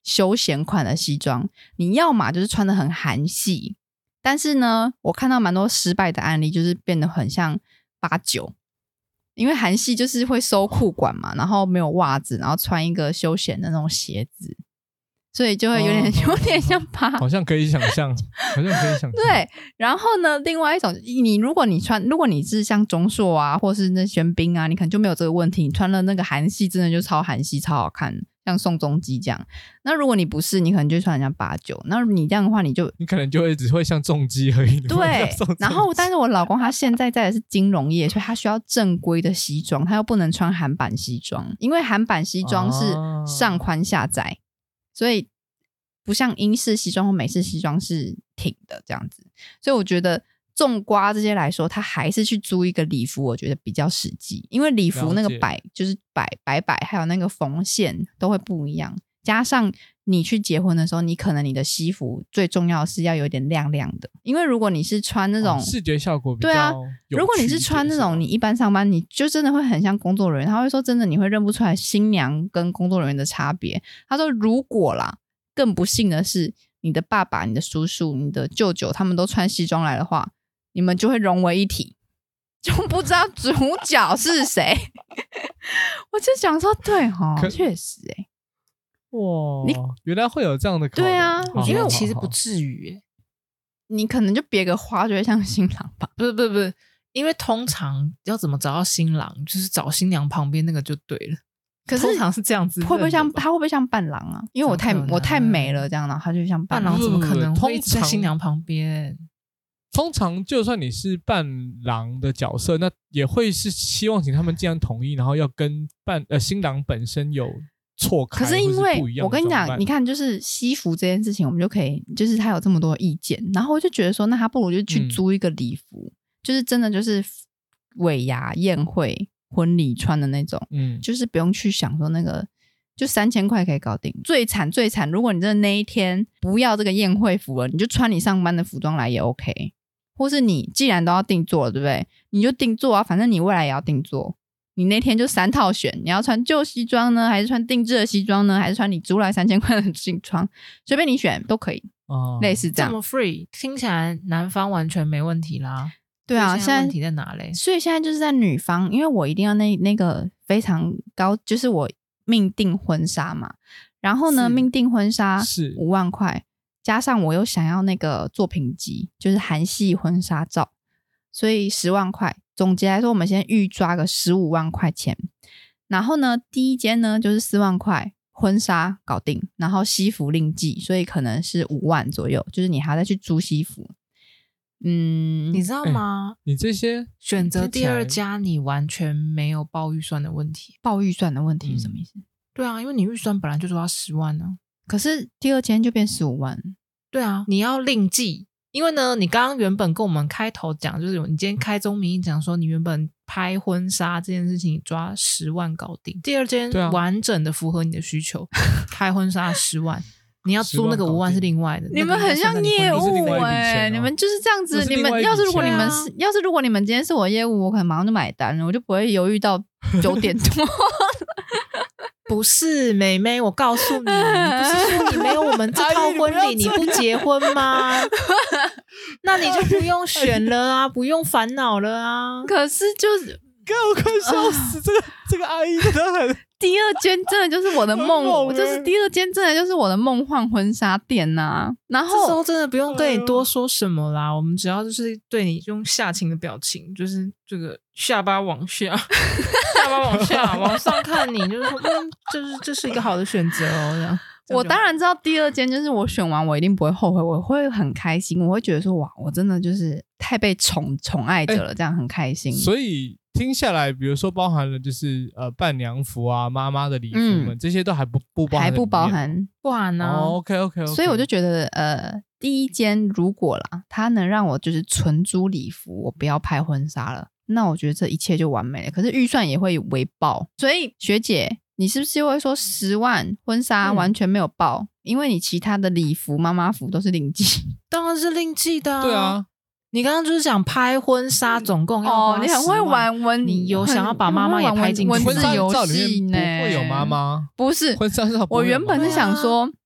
休闲款的西装，你要嘛就是穿得很韩系，但是呢我看到蛮多失败的案例，就是变得很像八九，因为韩系就是会收裤管嘛，然后没有袜子，然后穿一个休闲的那种鞋子，所以就会有点、哦、有点像八， 好像可以想象好像可以想象对，然后呢另外一种，你如果你穿如果你是像钟硕啊或是那玄彬啊，你可能就没有这个问题，你穿了那个韩系真的就超韩系超好看，像宋仲基这样。那如果你不是，你可能就穿很像八九，那你这样的话你就你可能就会只会像仲基而已。 对，然后但是我老公他现在在的是金融业，所以他需要正规的西装，他又不能穿韩版西装，因为韩版西装是上宽下窄、啊、所以不像英式西装或美式西装是挺的这样子。所以我觉得纵刮这些来说，他还是去租一个礼服我觉得比较实际，因为礼服那个摆就是摆摆摆还有那个缝线都会不一样，加上你去结婚的时候，你可能你的西服最重要的是要有点亮亮的，因为如果你是穿那种、哦、 视觉效果比较对啊，如果你是穿那种你一般上班，你就真的会很像工作人员，他会说真的你会认不出来新娘跟工作人员的差别。他说如果啦更不幸的是你的爸爸你的叔叔你的舅舅他们都穿西装来的话，你们就会融为一体，就不知道主角是谁我就想说对齁确实欸， 哇，你原来会有这样的考虑。 对啊， 因为其实不至于耶， 你可能就别个花就会像新郎吧。 不是不是不是，因为通常要怎么找到新郎，就是找新娘旁边那个就对了。可是通常是这样子， 会不会像他会不会像伴郎啊？因为我太我太美了这样的，他就像伴郎， 怎么可能会一直在新娘旁边？ 通常就算你是伴郎的角色，那也会是希望请他们既然同意，然后要跟伴呃新郎本身有错开。 可是因为是我跟你讲，你看就是西服这件事情，我们就可以就是他有这么多意见，然后我就觉得说，那他不如就去租一个礼服，嗯、就是真的就是尾牙宴会婚礼穿的那种，嗯，就是不用去想说那个。就三千块可以搞定，最惨最惨，如果你真的那一天不要这个宴会服了，你就穿你上班的服装来也 OK， 或是你既然都要定做了，对不对？你就定做啊，反正你未来也要定做，你那天就三套选，你要穿旧西装呢，还是穿定制的西装呢，还是穿你租来三千块的西装，随便你选都可以，哦，类似这样。 这么 free， 听起来男方完全没问题啦。 对啊，现在问题在哪嘞？ 所以现在就是在女方，因为我一定要那那个非常高，就是我。命定婚纱嘛，然后呢命定婚纱是五万块，加上我又想要那个作品集，就是韩系婚纱照，所以十万块。总结来说，我们先预抓个十五万块钱。然后呢，第一间呢就是四万块，婚纱搞定，然后西服另计，所以可能是五万左右，就是你还要再去租西服。嗯， 你知道吗？ 欸、你这些选择第二家，你完全没有报预算的问题。 报预算的问题是什么意思？嗯、 对啊，因为你预算本来就说要十万呢、啊， 可是第二间就变十五万。 对啊，你要另计，因为呢，你刚刚原本跟我们开头讲，就是你今天开宗明义讲说，你原本拍婚纱这件事情抓十万搞定，第二间完整的符合你的需求，啊、开婚纱十万。你要租那个五万是另外的， 你们很像业务哎、欸，你们就是这样子。你们要是如果你们是，要是如果你们今天是我业务，我可能马上就买单了，我就不会犹豫到九点多。 不是妹妹，我告诉你，你不是说你没有我们这套婚礼你不结婚吗？那你就不用选了啊，不用烦恼了啊。 可是就是我快笑死，这个这个阿姨真的很。 第二间真的就是我的梦，就是第二间真的就是我的梦幻婚纱店呐、啊。然后这时候真的不用对你多说什么啦，我们只要就是对你用下情的表情，就是这个下巴往下，下巴往下，往上看你，就是说，嗯，就是这是一个好的选择哦。这样， 我当然知道第二间就是我选完我一定不会后悔，我会很开心，我会觉得说哇，我真的就是太被宠宠爱着了，欸、这样很开心。 所以。听下来，比如说包含了就是呃伴娘服啊、妈妈的礼服们、嗯，这些都还不不包含， 还不包含， 不含呢。 哦 OK OK OK。 所以我就觉得呃，第一间如果啦，它能让我就是纯租礼服，我不要拍婚纱了，那我觉得这一切就完美了。可是预算也会微爆，所以学姐，你是不是会说十万婚纱完全没有爆、嗯？因为你其他的礼服、妈妈服都是另计， 当然是另计的、啊。 对啊。 你刚刚就是讲拍婚纱总共要花十万， 哦，你很会玩文， 你有想要把妈妈也拍进去？ 文字游戏呢？ 不会有妈妈， 不是婚纱照。 我原本是想说，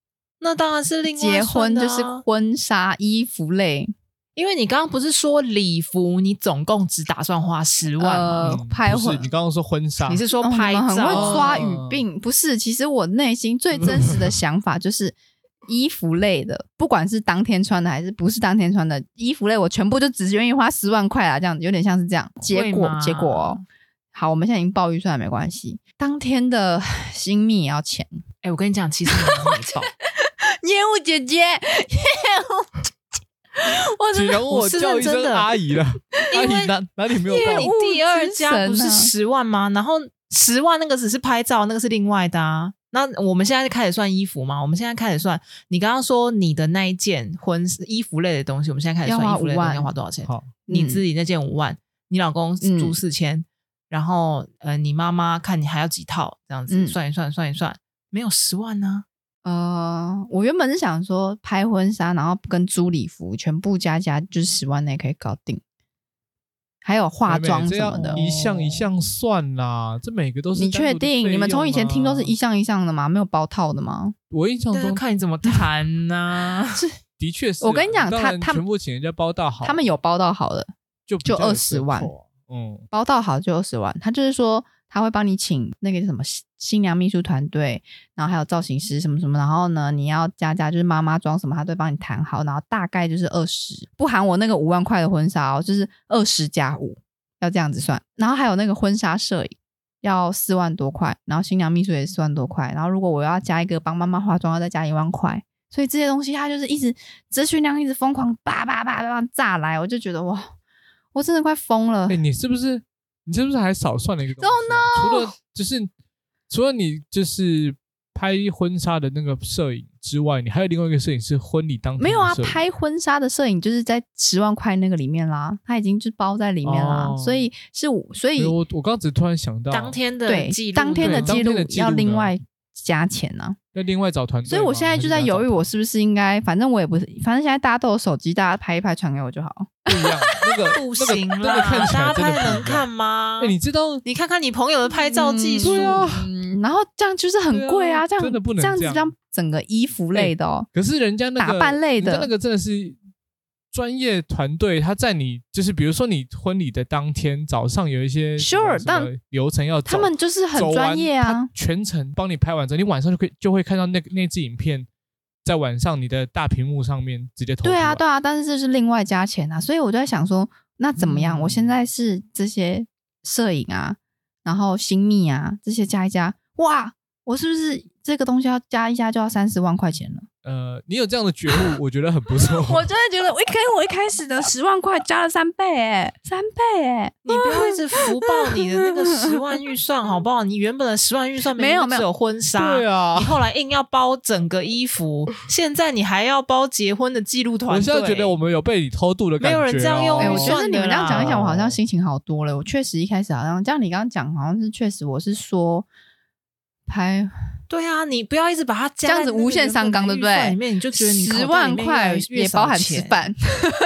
那当然是另外结婚算的啊就是婚纱衣服类， 因为你刚刚不是说礼服你总共只打算花十万吗？ 呃， 嗯不是拍婚你刚刚说婚纱， 你是说哦你拍照？ 们很会抓语哦病，不是？其实我内心最真实的想法就是衣服类的，不管是当天穿的还是不是当天穿的衣服类，我全部就只愿意花十万块啦，这样子有点像是这样。结果会吗结果哦，好，我们现在已经报预算了，没关系。当天的新密也要钱， 哎、我跟你讲，其实你没报， 业务姐姐，业务姐姐，我真的请容我我是叫一声认真的阿姨了，阿因为姨哪哪里没有报因为你？第二家不是业务之神啊十万吗？然后十万那个只是拍照，那个是另外的啊。那我们现在开始算衣服嘛？我们现在开始算，你刚刚说你的那一件婚衣服类的东西，我们现在开始要花算衣服类的东西五万要花多少钱？ 好， 你自己那件五万，你老公租嗯四千，然后呃，你妈妈看你还要几套，这样子、 嗯算一算，算一算，没有十万呢、 呃，我原本是想说拍婚纱，然后跟租礼服全部加加就是十万内可以搞定，还有化妆什么的妹妹这。样一项一项算啦，这每个都是你确单独的费用啊。 定？你们从以前听都是一项一项的吗？没有包套的吗？ 我印象但是中看你怎么谈呐、 的确是啊。 我跟你讲当然他他全部请人家包到好， 他们有包到好的，就就比较有 20万折扣啊。嗯， 包到好就二十万。他就是说他会帮你请那个什么新娘秘书团队，然后还有造型师什么什么，然后呢你要加加就是妈妈妆什么，他都会帮你谈好，然后大概就是二十，不含我那个五万块的婚纱哦，就是二十加五，要这样子算。然后还有那个婚纱摄影要四万多块，然后新娘秘书也四万多块，然后如果我要加一个帮妈妈化妆，要再加一万块。所以这些东西它就是一直资讯量一直疯狂叭叭叭叭炸来，我就觉得哇，我真的快疯了。 哎，你是不是你是不是还少算了一个东西啊 Oh, no 除了就是除了你就是拍婚纱的那个摄影之外，你还有另外一个摄影是婚礼当天的没有啊， 摄影拍婚纱的摄影就是在十万块那个里面啦，它已经就包在里面啦， 哦所以是我，所以没有我我刚刚只是突然想到， 当天的对记录， 当天的对当记录天的记录呢要另外加钱啊。 要另外找团队吗， 所以我现在就在犹豫，我是不是应该，反正我也不是，反正现在大家都有手机，大家拍一拍传给我就好。 不一样，那个不行啦， 那个那个看起来大家拍真的不一样能看吗？ 哎，你知道你看看你朋友的拍照技术， 嗯对啊，嗯然后这样就是很贵啊，这样对啊真的不能这样子， 这样这样整个衣服类的哦， 可是人家那个打扮类的人家那个真的是专业团队，他在你就是比如说你婚礼的当天早上有一些 Sure， 什么但流程要走， 他们就是很走完专业啊他。全程帮你拍完之后，你晚上就可以就会看到那个那支影片在晚上你的大屏幕上面直接投出来。 对啊，对啊，但是这是另外加钱啊，所以我就在想说，那怎么样？ 嗯我现在是这些摄影啊，然后新密啊这些加一加，哇，我是不是这个东西要加一加就要三十万块钱了？ 呃，你有这样的觉悟，我觉得很不错。 我真的觉得，我一开我一开始的十万块加了三倍、欸，三倍、欸， 你不要一直福报你的那个十万预算好不好？你原本的十万预算没有没有明明只有婚纱， 对啊你后来硬要包整个衣服，现在你还要包结婚的记录团队。 我现在觉得我们有被你偷渡的感觉、哦。 没有人这样用哎、 预我觉得算的你们这样讲一讲，我好像哦心情好多了。我确实一开始好像，这样你刚刚讲，好像是确实我是说拍对啊，你不要一直把它加这样子在那个无限上纲，对不对？ 原本的预算里面你就觉得你口袋十万里面越块来越也包含少钱吃。饭，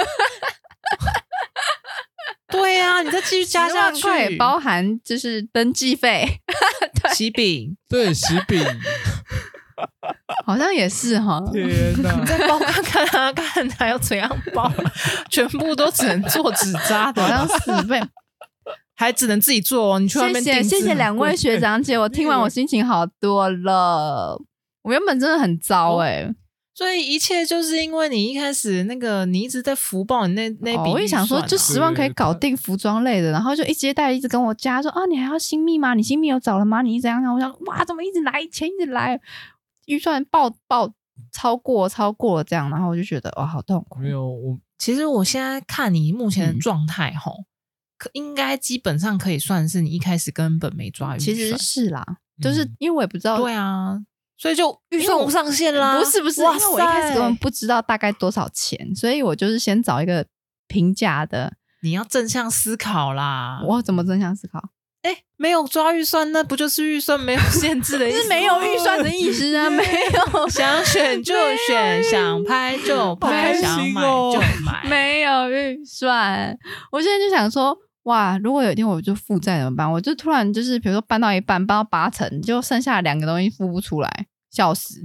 对啊，你再继续加十下去， 万块也包含就是登记费， 喜饼， 对喜饼， 好像也是哈。 天哪！ 你再包看看啊，看还要怎样包，全部都只能做纸扎的， 好像四倍。 还只能自己做哦。你去外谢谢面定制谢谢很贵两位学长姐，我听完我心情好多了。我原本真的很糟哎、 所以一切就是因为你一开始那个，你一直在福报你那那哦笔、 我也想说，就十万可以搞定服装类的，然后就一接待一直跟我加说啊，你还要新密吗？你新密有找了吗？你怎样？我想哇，怎么一直来钱一直来，预算爆爆超过超过这样，然后我就觉得哇，好痛苦。 没有我， 其实我现在看你目前嗯的状态，吼、可应该基本上可以算是你一开始根本没抓预算。 其实是啦，就是嗯因为我也不知道， 对啊，所以就预算无上限啦。 不是不是，因哇为我一开始塞根本不知道大概多少钱，所以我就是先找一个平价的。 你要正向思考啦。 我怎么正向思考？ 哎，没有抓预算，那不就是预算没有限制的意思吗？ 是没有预算的意思啊，没有想选就选，想拍就拍， 好开想买心哦就买。 没有预算。我现在就想说，哇，如果有一天我就负债怎么办？我就突然就是，比如说搬到一半，搬到八成，就剩下两个东西付不出来，笑死。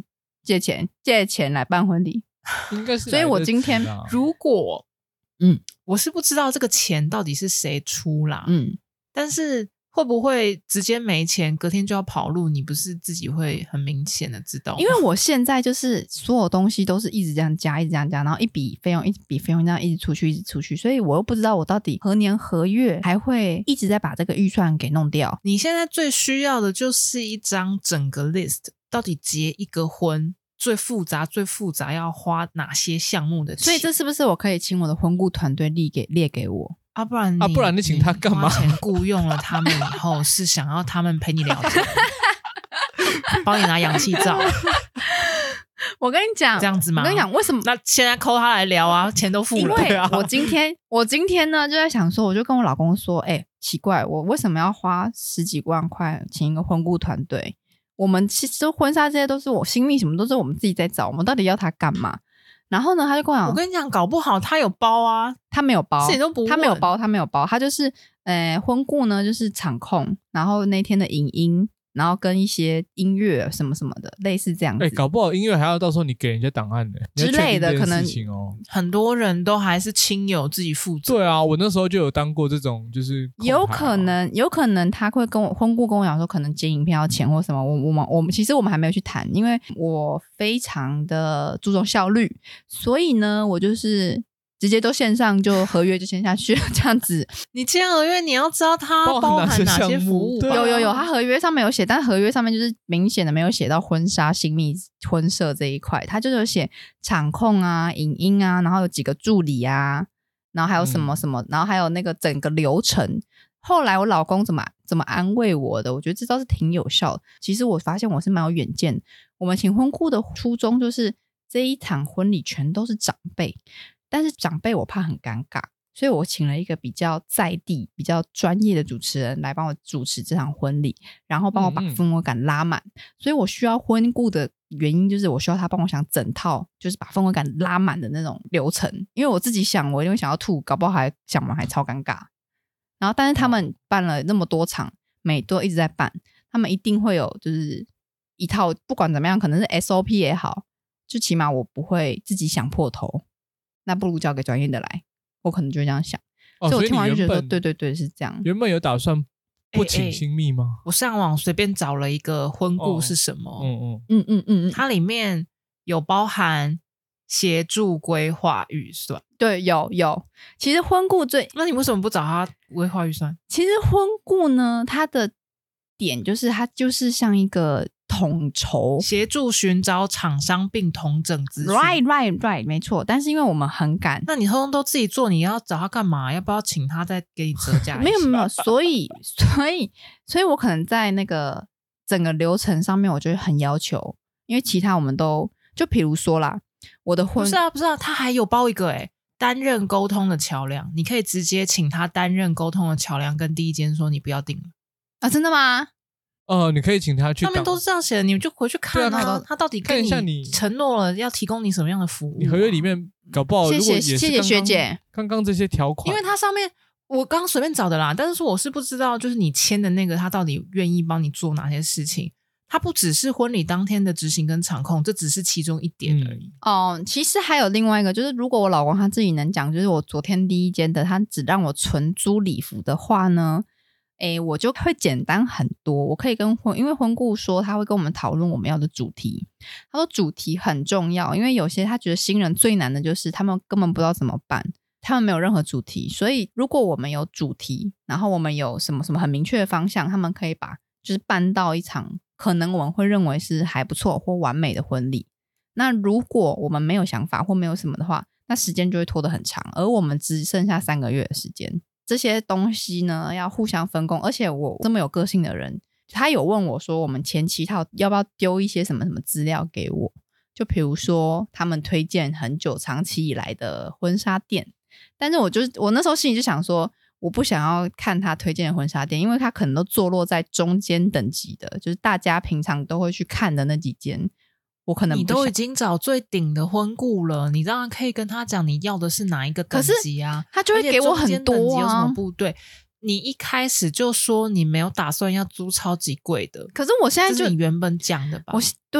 借钱借钱来办婚礼， 应该是来得及啦。 所以我今天如果嗯我是不知道这个钱到底是谁出啦， 嗯， 但是会不会直接没钱，隔天就要跑路？你不是自己会很明显的知道吗？ 因为我现在就是所有东西都是一直这样加，一直这样加，然后一笔费用一笔费用这样一直出去，一直出去，所以我又不知道我到底何年何月还会一直在把这个预算给弄掉。 你现在最需要的就是一张整个 list， 到底结一个婚最复杂最复杂要花哪些项目的钱？ 所以这是不是我可以请我的婚顾团队列给列给我？ 啊，不然你啊不然你请他干嘛花钱雇佣了他们以后，是想要他们陪你聊天，帮你拿氧气罩， 我跟你讲， 这样子吗？ 我跟你讲，为什么？ 那现在call他来聊啊，钱都付了。 因为对啊我今天我今天呢就在想说，我就跟我老公说，哎、欸，奇怪，我为什么要花十几万块请一个婚顾团队？我们其实婚纱这些都是我新密，什么都是我们自己在找，我们到底要他干嘛？然后呢，他就跟我讲， 我跟你讲，搞不好他有包啊， 他没有包， 自己都不问他没有包，他没有包，他就是呃婚顾呢就是场控，然后那天的影音，然后跟一些音乐什么什么的，类似这样子。 哎、欸，搞不好音乐还要到时候你给人家档案呢、欸、 之类的，可能哦。 很多人都还是亲友自己负责。 对啊，我那时候就有当过这种，就是有可能，有可能他会跟我婚顾跟我讲说，可能接影片要钱或什么。我我们我们其实我们还没有去谈，因为我非常的注重效率，所以呢，我就是直接都线上就合约就签下去了，这样子。 你签合约，你要知道它包含哪些服务吧。 有有有，他合约上面有写，但合约上面就是明显的没有写到婚纱、新密、婚摄这一块，他就有写场控啊、影音啊，然后有几个助理啊，然后还有什么什么，嗯、然后还有那个整个流程。后来我老公怎么怎么安慰我的，我觉得这招是挺有效的。其实我发现我是蛮有远见的。我们请婚顾的初衷就是这一场婚礼全都是长辈。但是长辈我怕很尴尬，所以我请了一个比较在地、比较专业的主持人来帮我主持这场婚礼，然后帮我把氛围感拉满。嗯嗯，所以我需要婚顾的原因就是我需要他帮我想整套，就是把氛围感拉满的那种流程。因为我自己想，我一定会想要吐，搞不好还想完还超尴尬。然后，但是他们办了那么多场，每都一直在办，他们一定会有就是一套，不管怎么样，可能是 S O P 也好，就起码我不会自己想破头。那不如交给专业的来，我可能就这样想。 哦、 所以我听完就觉得说，对对对，是这样。 原本有打算不请新密吗？ 欸欸、我上网随便找了一个婚顾是什么， 嗯嗯嗯嗯嗯嗯， 它里面有包含协助规划预算。 对，有有。其实婚顾最， 那你为什么不找他规划预算？ 其实婚顾呢，它的点就是它就是像一个统筹， 协助寻找厂商并统整资讯。 Right, right, right， 没错。但是因为我们很赶， 那你通通都自己做，你要找他干嘛？要不要请他再给你折价？ 没有没有，所以所以所以我可能在那个整个流程上面，我就会很要求，因为其他我们都就比如说啦，我的婚不是啊不是啊，他还有包一个诶担任沟通的桥梁，你可以直接请他担任沟通的桥梁，跟第一间说你不要订了啊，真的吗？ 哦、呃，你可以请他去， 上面都是这样写的，你就回去看啊，啊他到底跟你承诺了要提供你什么样的服务、啊？ 你合约里面搞不好， 谢谢如果也是谢谢学姐， 刚刚这些条款， 因为它上面我刚刚随便找的啦，但是说我是不知道，就是你签的那个他到底愿意帮你做哪些事情。它不只是婚礼当天的执行跟场控，这只是其中一点而已。 嗯、哦，其实还有另外一个，就是如果我老公他自己能讲，就是我昨天第一间的，他只让我纯租礼服的话呢，诶，我就会简单很多。我可以跟婚，因为婚顾说他会跟我们讨论我们要的主题。他说主题很重要，因为有些他觉得新人最难的就是他们根本不知道怎么办，他们没有任何主题。所以如果我们有主题，然后我们有什么什么很明确的方向，他们可以把就是办到一场可能我们会认为是还不错或完美的婚礼。那如果我们没有想法或没有什么的话，那时间就会拖得很长，而我们只剩下三个月的时间。这些东西呢要互相分工，而且我这么有个性的人，他有问我说我们前期他要不要丢一些什么什么资料给我，就比如说他们推荐很久长期以来的婚纱店，但是我就我那时候心里就想说我不想要看他推荐的婚纱店，因为他可能都坐落在中间等级的，就是大家平常都会去看的那几间，我可能不你都已经找最顶的婚顾了，你当然可以跟他讲你要的是哪一个等级啊， 他就会给我很多啊。 有什么不对？你一开始就说你没有打算要租超级贵的， 可是我现在就这是你原本讲的吧？ 我对，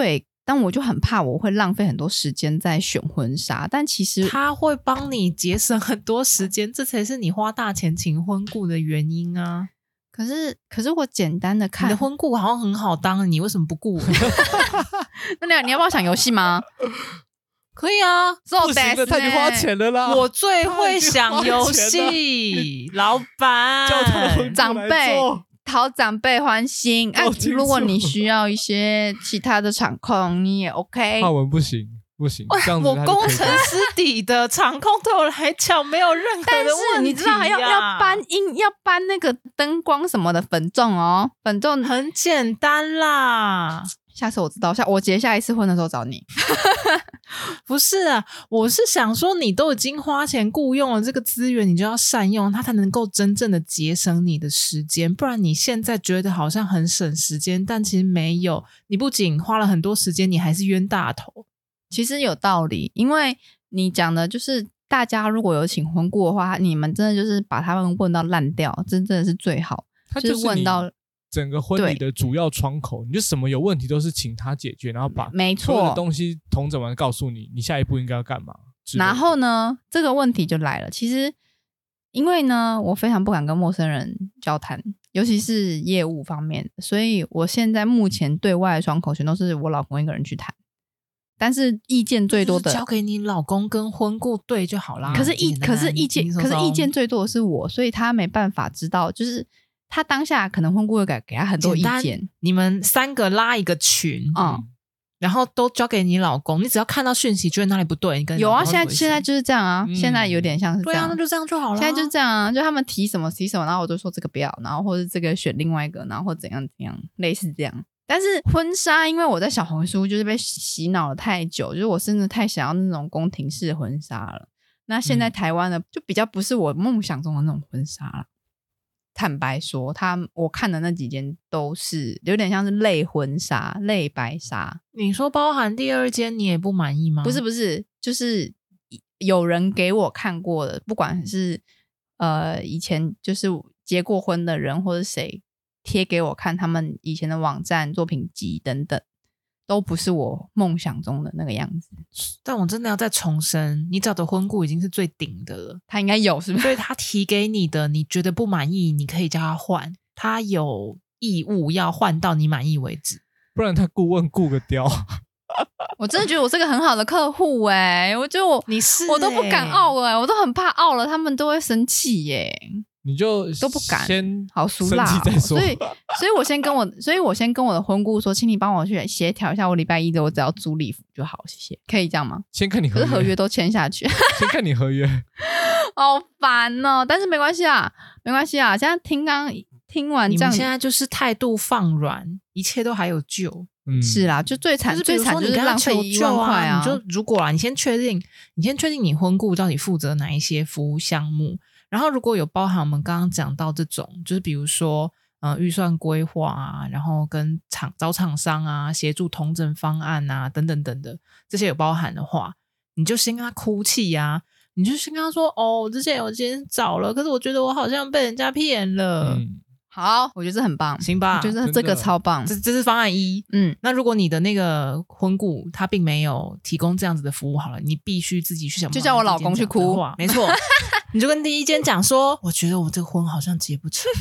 但我就很怕我会浪费很多时间在选婚纱，但其实他会帮你节省很多时间，这才是你花大钱请婚顾的原因啊。 可是可是我简单的看你的婚顾好像很好当，你为什么不顾我？ 那你你要不要想游戏吗？ 可以啊， 不行了，他已经花钱了啦。 我最会想游戏，老板叫他们长辈讨长辈欢心啊！如果你需要一些其他的场控，你也 OK。 浩文不行不行，这样子我工程师底的场控对我来讲没有任何的问题、啊、 但是你知道要要搬音要搬那个灯光什么的粉重哦，粉重很简单啦。 下次我知道，下我结下一次婚的时候找你。 不是啊，我是想说，你都已经花钱雇佣了这个资源，你就要善用它，才能够真正的节省你的时间。不然你现在觉得好像很省时间，但其实没有。你不仅花了很多时间，你还是冤大头。 其实有道理，因为你讲的就是大家如果有请婚顾的话，你们真的就是把他们问到烂掉，真正的是最好。 他就是问到整个婚礼的主要窗口，你就什么有问题都是请他解决，然后把没错所有的东西统整完告诉你，你下一步应该要干嘛。 然后呢，这个问题就来了。其实因为呢，我非常不敢跟陌生人交谈，尤其是业务方面，所以我现在目前对外的窗口全都是我老公一个人去谈。但是意见最多的交给你老公跟婚顾对就好啦。 可是意可是意见可是意见最多的是我，所以他没办法知道，就是他当下可能婚顾会给给他很多意见。 你们三个拉一个群， 嗯， 然后都交给你老公，你只要看到讯息觉得哪里不对，你跟你有啊，现在现在就是这样啊、 嗯， 现在有点像是这样， 对啊，那就这样就好了。 现在就这样啊，就他们提什么提什么，然后我就说这个不要，然后或者这个选另外一个，然后或怎样怎样，类似这样。但是婚纱，因为我在小红书就是被洗脑了太久，就是我真的太想要那种宫廷式婚纱了。那现在台湾的、嗯、就比较不是我梦想中的那种婚纱了。坦白说，他我看的那几间都是有点像是类婚纱、类白纱。 你说包含第二间，你也不满意吗？ 不是不是，就是有人给我看过的，不管是呃以前就是结过婚的人或者谁。贴给我看他们以前的网站作品集等等，都不是我梦想中的那个样子。 但我真的要再重申，你找的婚顾已经是最顶的了， 他应该有是不是？ 所以他提给你的你觉得不满意，你可以叫他换，他有义务要换到你满意为止， 不然他顾问顾个雕。 我真的觉得我是个很好的客户哎、欸，我觉得我你是、欸、 我都不敢傲哎、欸，我都很怕傲了，他们都会生气耶、欸。 你就都不敢， 先好俗辣、哦， 再说。 所以，所以我先跟我，所以我先跟我的婚顾说，请你帮我去协调一下，我礼拜一的我只要租礼服就好，谢谢，可以这样吗？ 先看你合约， 可是合约都签下去， 先看你合约， 好烦哦。但是没关系啊，没关系啊。现在听刚听完这样， 你们现在就是态度放软，一切都还有救。 嗯， 是啦，就最惨、就是、最惨就是浪费一万块啊！ 你就如果啊，你先确定，你先确定你婚顾到底负责哪一些服务项目。然后如果有包含我们刚刚讲到这种，就是比如说呃预算规划啊，然后跟厂找厂商啊，协助统整方案啊等等等的，这些有包含的话，你就先跟他哭泣啊，你就先跟他说哦，之前我今天找了，可是我觉得我好像被人家骗了。 嗯， 好，我觉得这很棒， 行吧？ 我觉得这个超棒， 这这是方案一。 嗯， 那如果你的那个婚顾他并没有提供这样子的服务，好了，你必须自己去想办法， 就叫我老公去哭， 没错。你就跟第一间讲说，我觉得我这个婚好像结不成，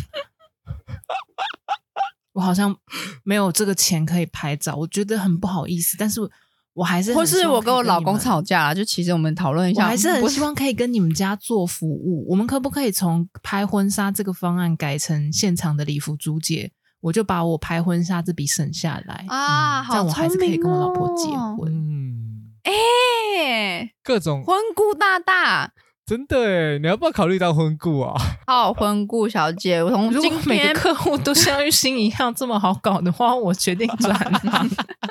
我好像没有这个钱可以拍照，我觉得很不好意思，但是我还是很或是我跟我老公吵架了，就其实我们讨论一下， 我还是很希望可以跟你们家做服务，我们可不可以从拍婚纱这个方案改成现场的礼服租借？我就把我拍婚纱这笔省下来啊， 嗯、这样我还是可以跟我老婆结婚。 嗯， 哎、欸， 各种婚顾大大。 真的耶，你要不要考虑当婚顾啊？ 好，婚顾小姐，我从今天如果每个客户都像玉兴一样这么好搞的话，我决定转行。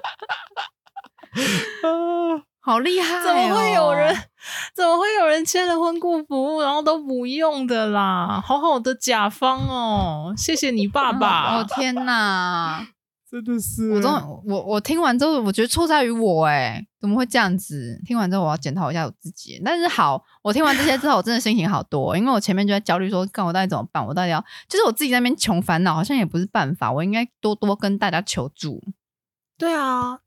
好厉害、哦！ 怎么会有人？怎么会有人签了婚顾服务，然后都不用的啦？好好的甲方哦，谢谢你爸爸。 哦天哪！ 真的是， 我都我我听完之后，我觉得错在于我哎，怎么会这样子？听完之后，我要检讨一下我自己。但是好，我听完这些之后，我真的心情好多，因为我前面就在焦虑说，干我到底怎么办？我到底要，就是我自己在那边穷烦恼，好像也不是办法，我应该多多跟大家求助。 对啊，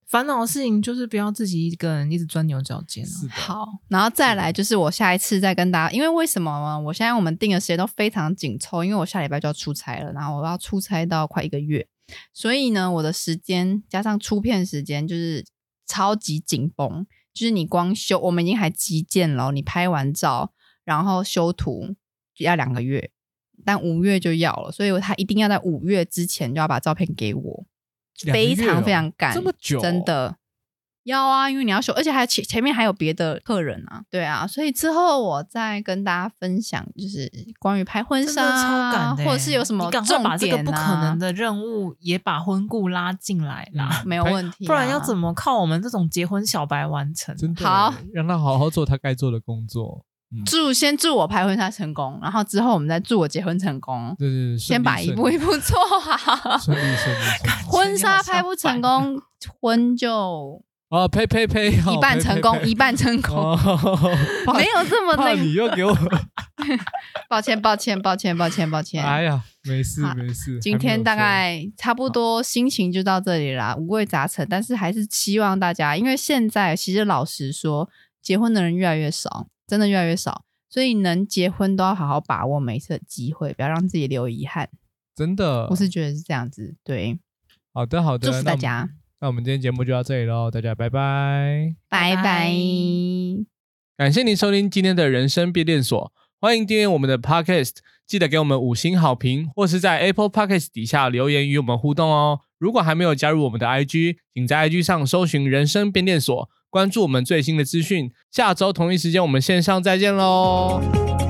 烦恼的事情就是不要自己一个人一直钻牛角尖、啊、 是的。 好，然后再来就是我下一次再跟大家，因为为什么呢？我现在我们定的时间都非常紧凑，因为我下礼拜就要出差了，然后我要出差到快一个月，所以呢，我的时间加上出片时间就是超级紧绷，就是你光修，我们已经还急件了，你拍完照然后修图要两个月，但五月就要了，所以他一定要在五月之前就要把照片给我。非常非常赶， 这么久、哦、 真的要啊，因为你要修，而且还前前面还有别的客人啊，对啊，所以之后我再跟大家分享，就是关于拍婚纱、啊， 超赶的、欸， 或者是有什么重点、啊、 你赶快把这个不可能的任务也把婚顾拉进来啦、 嗯，没有问题、啊， 不然要怎么靠我们这种结婚小白完成？ 真的好， 让他好好做他该做的工作。嗯、 祝先祝我拍婚纱成功，然后之后我们再祝我结婚成功。 对对对， 先把一步一步做好。 顺利顺利。 婚纱拍不成功，婚就哦呸呸呸， 一半成功，一半成功，哦、没有这么那个。你又给我， 抱歉抱歉抱歉抱歉抱歉。 哎呀，没事没事。 今天大概差不多心情就到这里啦，五味杂陈，但是还是希望大家，因为现在其实老实说，结婚的人越来越少。真的越来越少，所以能结婚都要好好把握每一次的机会，不要让自己留遗憾。 真的， 我是觉得是这样子。对， 好的好的， 祝福大家。 那我们今天节目就到这里咯，大家拜拜， 拜拜。 感谢您收听今天的人生变电所，欢迎订阅我们的 Podcast， 记得给我们五星好评，或是在 Apple Podcast 底下留言与我们互动哦。如果还没有加入我们的 I G， 请在 I G 上搜寻人生变电所，关注我们最新的资讯。下周同一时间我们线上再见咯。